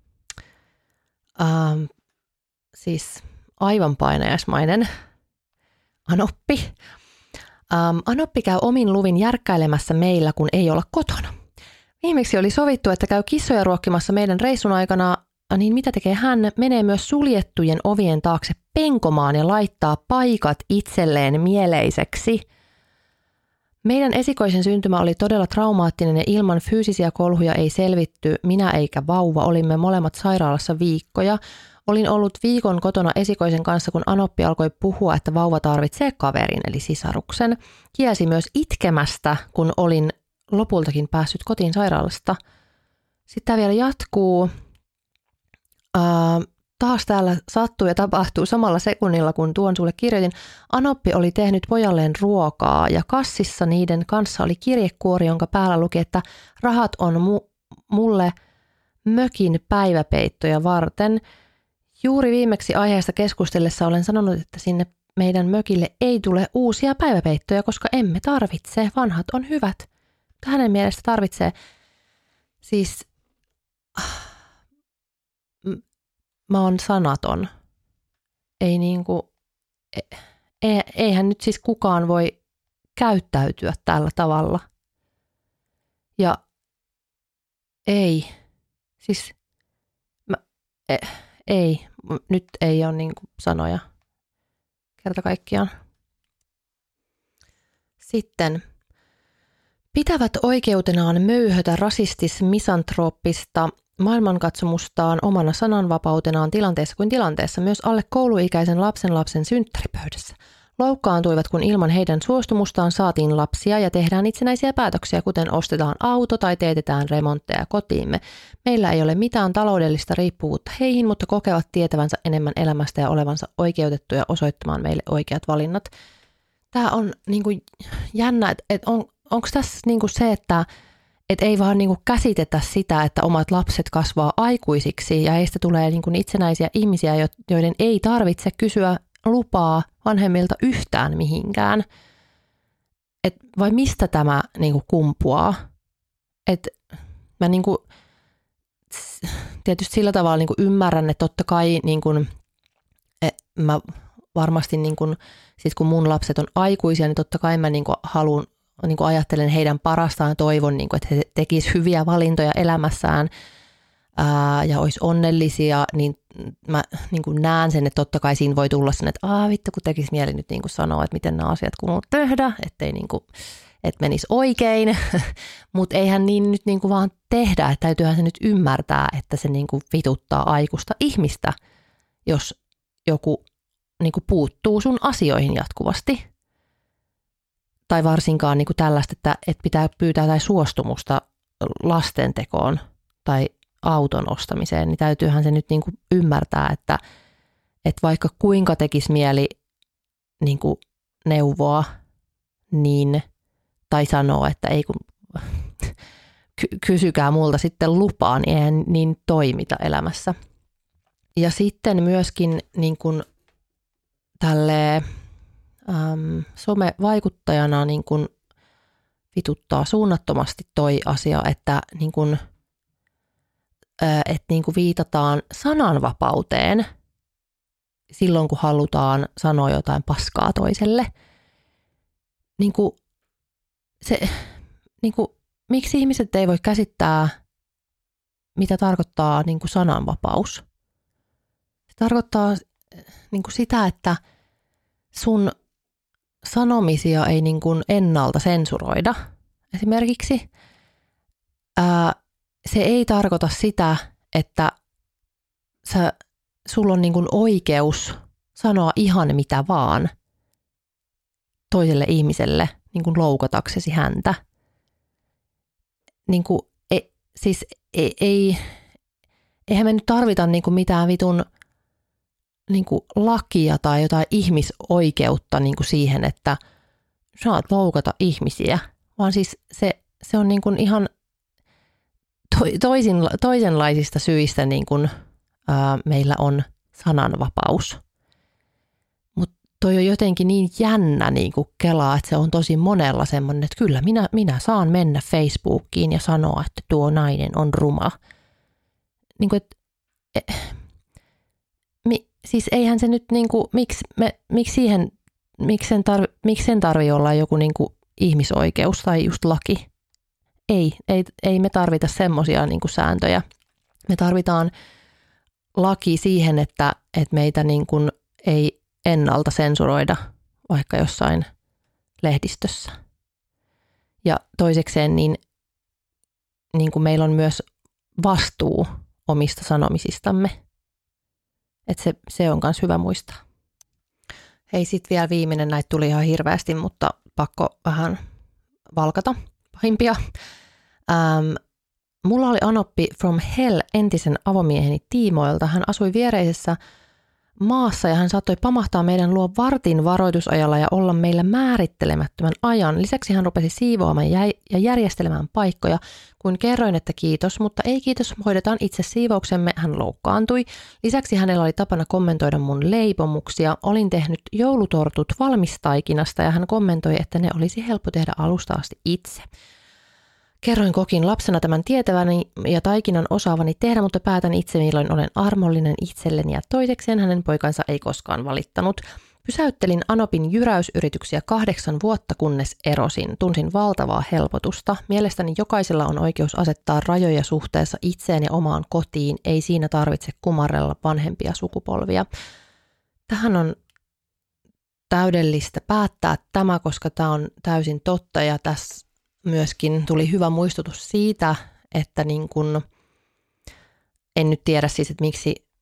siis aivan painajaismainen anoppi. Anoppi käy omin luvin järkkäilemässä meillä, kun ei olla kotona. Viimeksi oli sovittu, että käy kissoja ruokkimassa meidän reissun aikana, niin mitä tekee hän? Menee myös suljettujen ovien taakse penkomaan ja laittaa paikat itselleen mieleiseksi. Meidän esikoisen syntymä oli todella traumaattinen ja ilman fyysisiä kolhuja ei selvitty. Minä eikä vauva, olimme molemmat sairaalassa viikkoja. Olin ollut viikon kotona esikoisen kanssa, kun anoppi alkoi puhua, että vauva tarvitsee kaverin, eli sisaruksen. Kielsi myös itkemästä, kun olin lopultakin päässyt kotiin sairaalasta. Sitten tämä vielä jatkuu. Taas täällä sattuu ja tapahtuu samalla sekunnilla, kun tuon sulle kirjoitin. Anoppi oli tehnyt pojalleen ruokaa ja kassissa niiden kanssa oli kirjekuori, jonka päällä luki, että rahat on mulle mökin päiväpeittoja varten. Juuri viimeksi aiheesta keskustellessa olen sanonut, että sinne meidän mökille ei tule uusia päiväpeittoja, koska emme tarvitse. Vanhat on hyvät. Hänen mielestä tarvitsee. Siis mä oon sanaton. Ei niinku, eihän nyt siis kukaan voi käyttäytyä tällä tavalla. Ja ei, siis ei, nyt ei ole niinku sanoja kerta kaikkiaan. Sitten pitävät oikeutenaan möyhötä rasistis-misantrooppista maailmankatsomustaan omana sananvapautenaan tilanteessa kuin tilanteessa, myös alle kouluikäisen lapsen synttäripöydässä. Loukkaantuivat, kun ilman heidän suostumustaan saatiin lapsia ja tehdään itsenäisiä päätöksiä, kuten ostetaan auto tai teetetään remontteja kotiimme. Meillä ei ole mitään taloudellista riippuvuutta heihin, mutta kokevat tietävänsä enemmän elämästä ja olevansa oikeutettuja osoittamaan meille oikeat valinnat. Tämä on niin kuin jännä, että onko tässä niin kuin se, että ei vaan niin kuin käsitetä sitä, että omat lapset kasvaa aikuisiksi ja heistä tulee niin kuin itsenäisiä ihmisiä, joiden ei tarvitse kysyä lupaa vanhemmilta yhtään mihinkään. Vai mistä tämä niin kuin kumpuaa? Mä niin kuin, tietysti sillä tavalla niin kuin ymmärrän, että totta kai niin kuin, mä varmasti niin kuin, sit kun mun lapset on aikuisia, niin totta kai mä niin kuin haluan, niin kuin ajattelen heidän parastaan ja toivon, niin kuin, että he tekisivät hyviä valintoja elämässään ja olisi onnellisia, niin mä niin kuin näen sen, että totta kai siinä voi tulla sen, että vittu kun tekisi mieli nyt niin kuin sanoa, että miten nämä asiat kuuluu tehdä, ettei niin kuin, että menisi oikein, mutta eihän niin nyt niin kuin vaan tehdä, että täytyyhän se nyt ymmärtää, että se niin kuin vituttaa aikuista ihmistä, jos joku niin kuin puuttuu sun asioihin jatkuvasti. Tai varsinkaan niin kuin tällaista, että pitää pyytää tai suostumusta lastentekoon tai auton ostamiseen, niin täytyyhän se nyt niin kuin ymmärtää, että vaikka kuinka tekisi mieli niin kuin neuvoa, niin, tai sanoa, että ei kun kysykää multa sitten lupaa, niin eihän niin toimita elämässä. Ja sitten myöskin niin kuin tälleen somevaikuttajana niin kuin vituttaa suunnattomasti toi asia, että niin kuin viitataan sananvapauteen silloin, kun halutaan sanoa jotain paskaa toiselle. Niin kuin miksi ihmiset ei voi käsittää, mitä tarkoittaa niin kuin sananvapaus? Se tarkoittaa niin kuin sitä, että sun sanomisia ei niin kuin ennalta sensuroida. Esimerkiksi se ei tarkoita sitä, että sulla on niin kuin oikeus sanoa ihan mitä vaan toiselle ihmiselle niin kuin loukataksesi häntä. Niin kuin, eihän me nyt tarvita niin kuin mitään vitun niin kuin lakia tai jotain ihmisoikeutta niin kuin siihen, että saat loukata ihmisiä, vaan siis se on niin kuin ihan toisenlaisista syistä niin kuin, meillä on sananvapaus. Mutta toi on jotenkin niin jännä niin kuin kelaa, että se on tosi monella semmoinen, että kyllä minä saan mennä Facebookiin ja sanoa, että tuo nainen on ruma. Niin kuin, siis eihän se nyt, niin kuin, miksi sen tarvii olla joku niin kuin ihmisoikeus tai just laki? Ei me tarvita semmoisia niin kuin sääntöjä. Me tarvitaan laki siihen, että meitä niin kuin ei ennalta sensuroida vaikka jossain lehdistössä. Ja toisekseen niin kuin meillä on myös vastuu omista sanomisistamme. Että se on myös hyvä muistaa. Hei, sitten vielä viimeinen, näitä tuli ihan hirveästi, mutta pakko vähän valkata pahimpia. Mulla oli anoppi from hell entisen avomieheni tiimoilta. Hän asui viereisessä maassa ja hän saattoi pamahtaa meidän luo vartin varoitusajalla ja olla meillä määrittelemättömän ajan. Lisäksi hän rupesi siivoamaan ja järjestelemään paikkoja. Kun kerroin, että kiitos, mutta ei kiitos, hoidetaan itse siivouksemme, hän loukkaantui. Lisäksi hänellä oli tapana kommentoida mun leipomuksia. Olin tehnyt joulutortut valmistaikinasta ja hän kommentoi, että ne olisi helppo tehdä alusta asti itse. Kerroin kokin lapsena tämän tietäväni ja taikinan osaavani tehdä, mutta päätän itse, milloin olen armollinen itselleni ja toisekseen hänen poikansa ei koskaan valittanut. Pysäyttelin Anopin jyräysyrityksiä 8 vuotta, kunnes erosin. Tunsin valtavaa helpotusta. Mielestäni jokaisella on oikeus asettaa rajoja suhteessa itseen ja omaan kotiin. Ei siinä tarvitse kumarrella vanhempia sukupolvia. Tähän on täydellistä päättää tämä, koska tämä on täysin totta ja tässä myöskin tuli hyvä muistutus siitä, että niin kun, en nyt tiedä siis, että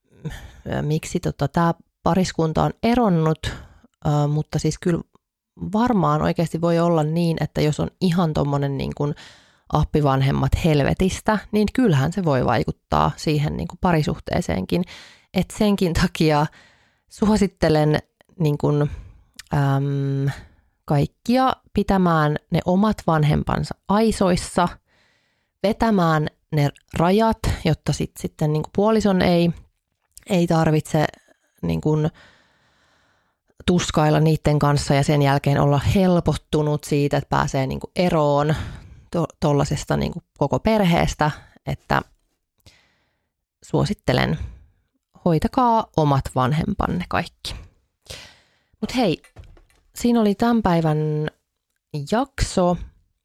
miksi tämä pariskunta on eronnut, mutta siis kyllä varmaan oikeasti voi olla niin, että jos on ihan tommonen niin kuin appivanhemmat helvetistä, niin kyllähän se voi vaikuttaa siihen niin kuin parisuhteeseenkin. Et senkin takia suosittelen niin kuin, kaikkia pitämään ne omat vanhempansa aisoissa, vetämään ne rajat, jotta sitten niin kuin puolison ei tarvitse niin kuin tuskailla niiden kanssa ja sen jälkeen olla helpottunut siitä, että pääsee niin kuin eroon tuollaisesta niin kuin koko perheestä, että suosittelen, hoitakaa omat vanhempanne kaikki. Mutta hei, siinä oli tämän päivän jakso.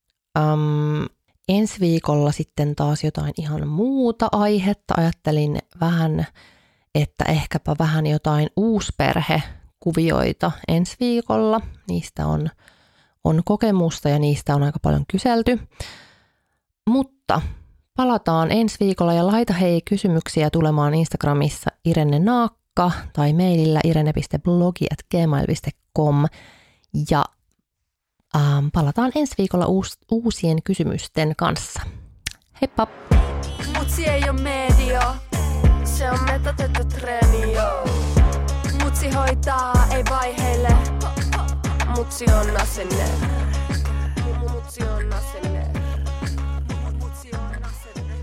Ensi viikolla sitten taas jotain ihan muuta aihetta. Ajattelin vähän, että ehkäpä vähän jotain uusperhekuvioita ensi viikolla. Niistä on kokemusta ja niistä on aika paljon kyselty. Mutta palataan ensi viikolla ja laita hei kysymyksiä tulemaan Instagramissa Irene Naakka tai mailillä irene.blogi@gmail.com ja palataan ensi viikolla uusien kysymysten kanssa. Heippa! Mutsi ei oo media, se on metotettu treeni, joo. Mutsi hoitaa, ei vaiheile. Mutsi on asenne. Mutsi on asenne. Mutsi on asenne.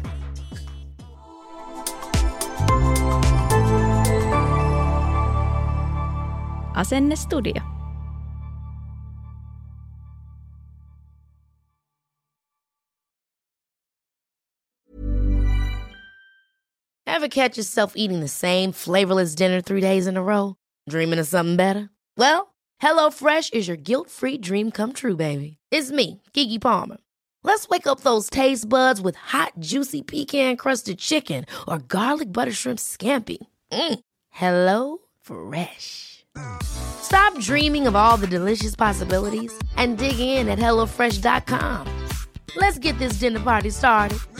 Asenne Studio. Ever catch yourself eating the same flavorless dinner 3 days in a row? Dreaming of something better? Well, HelloFresh is your guilt-free dream come true, baby. It's me, Keke Palmer. Let's wake up those taste buds with hot, juicy pecan-crusted chicken or garlic butter shrimp scampi. Hello Fresh. Stop dreaming of all the delicious possibilities and dig in at HelloFresh.com. Let's get this dinner party started.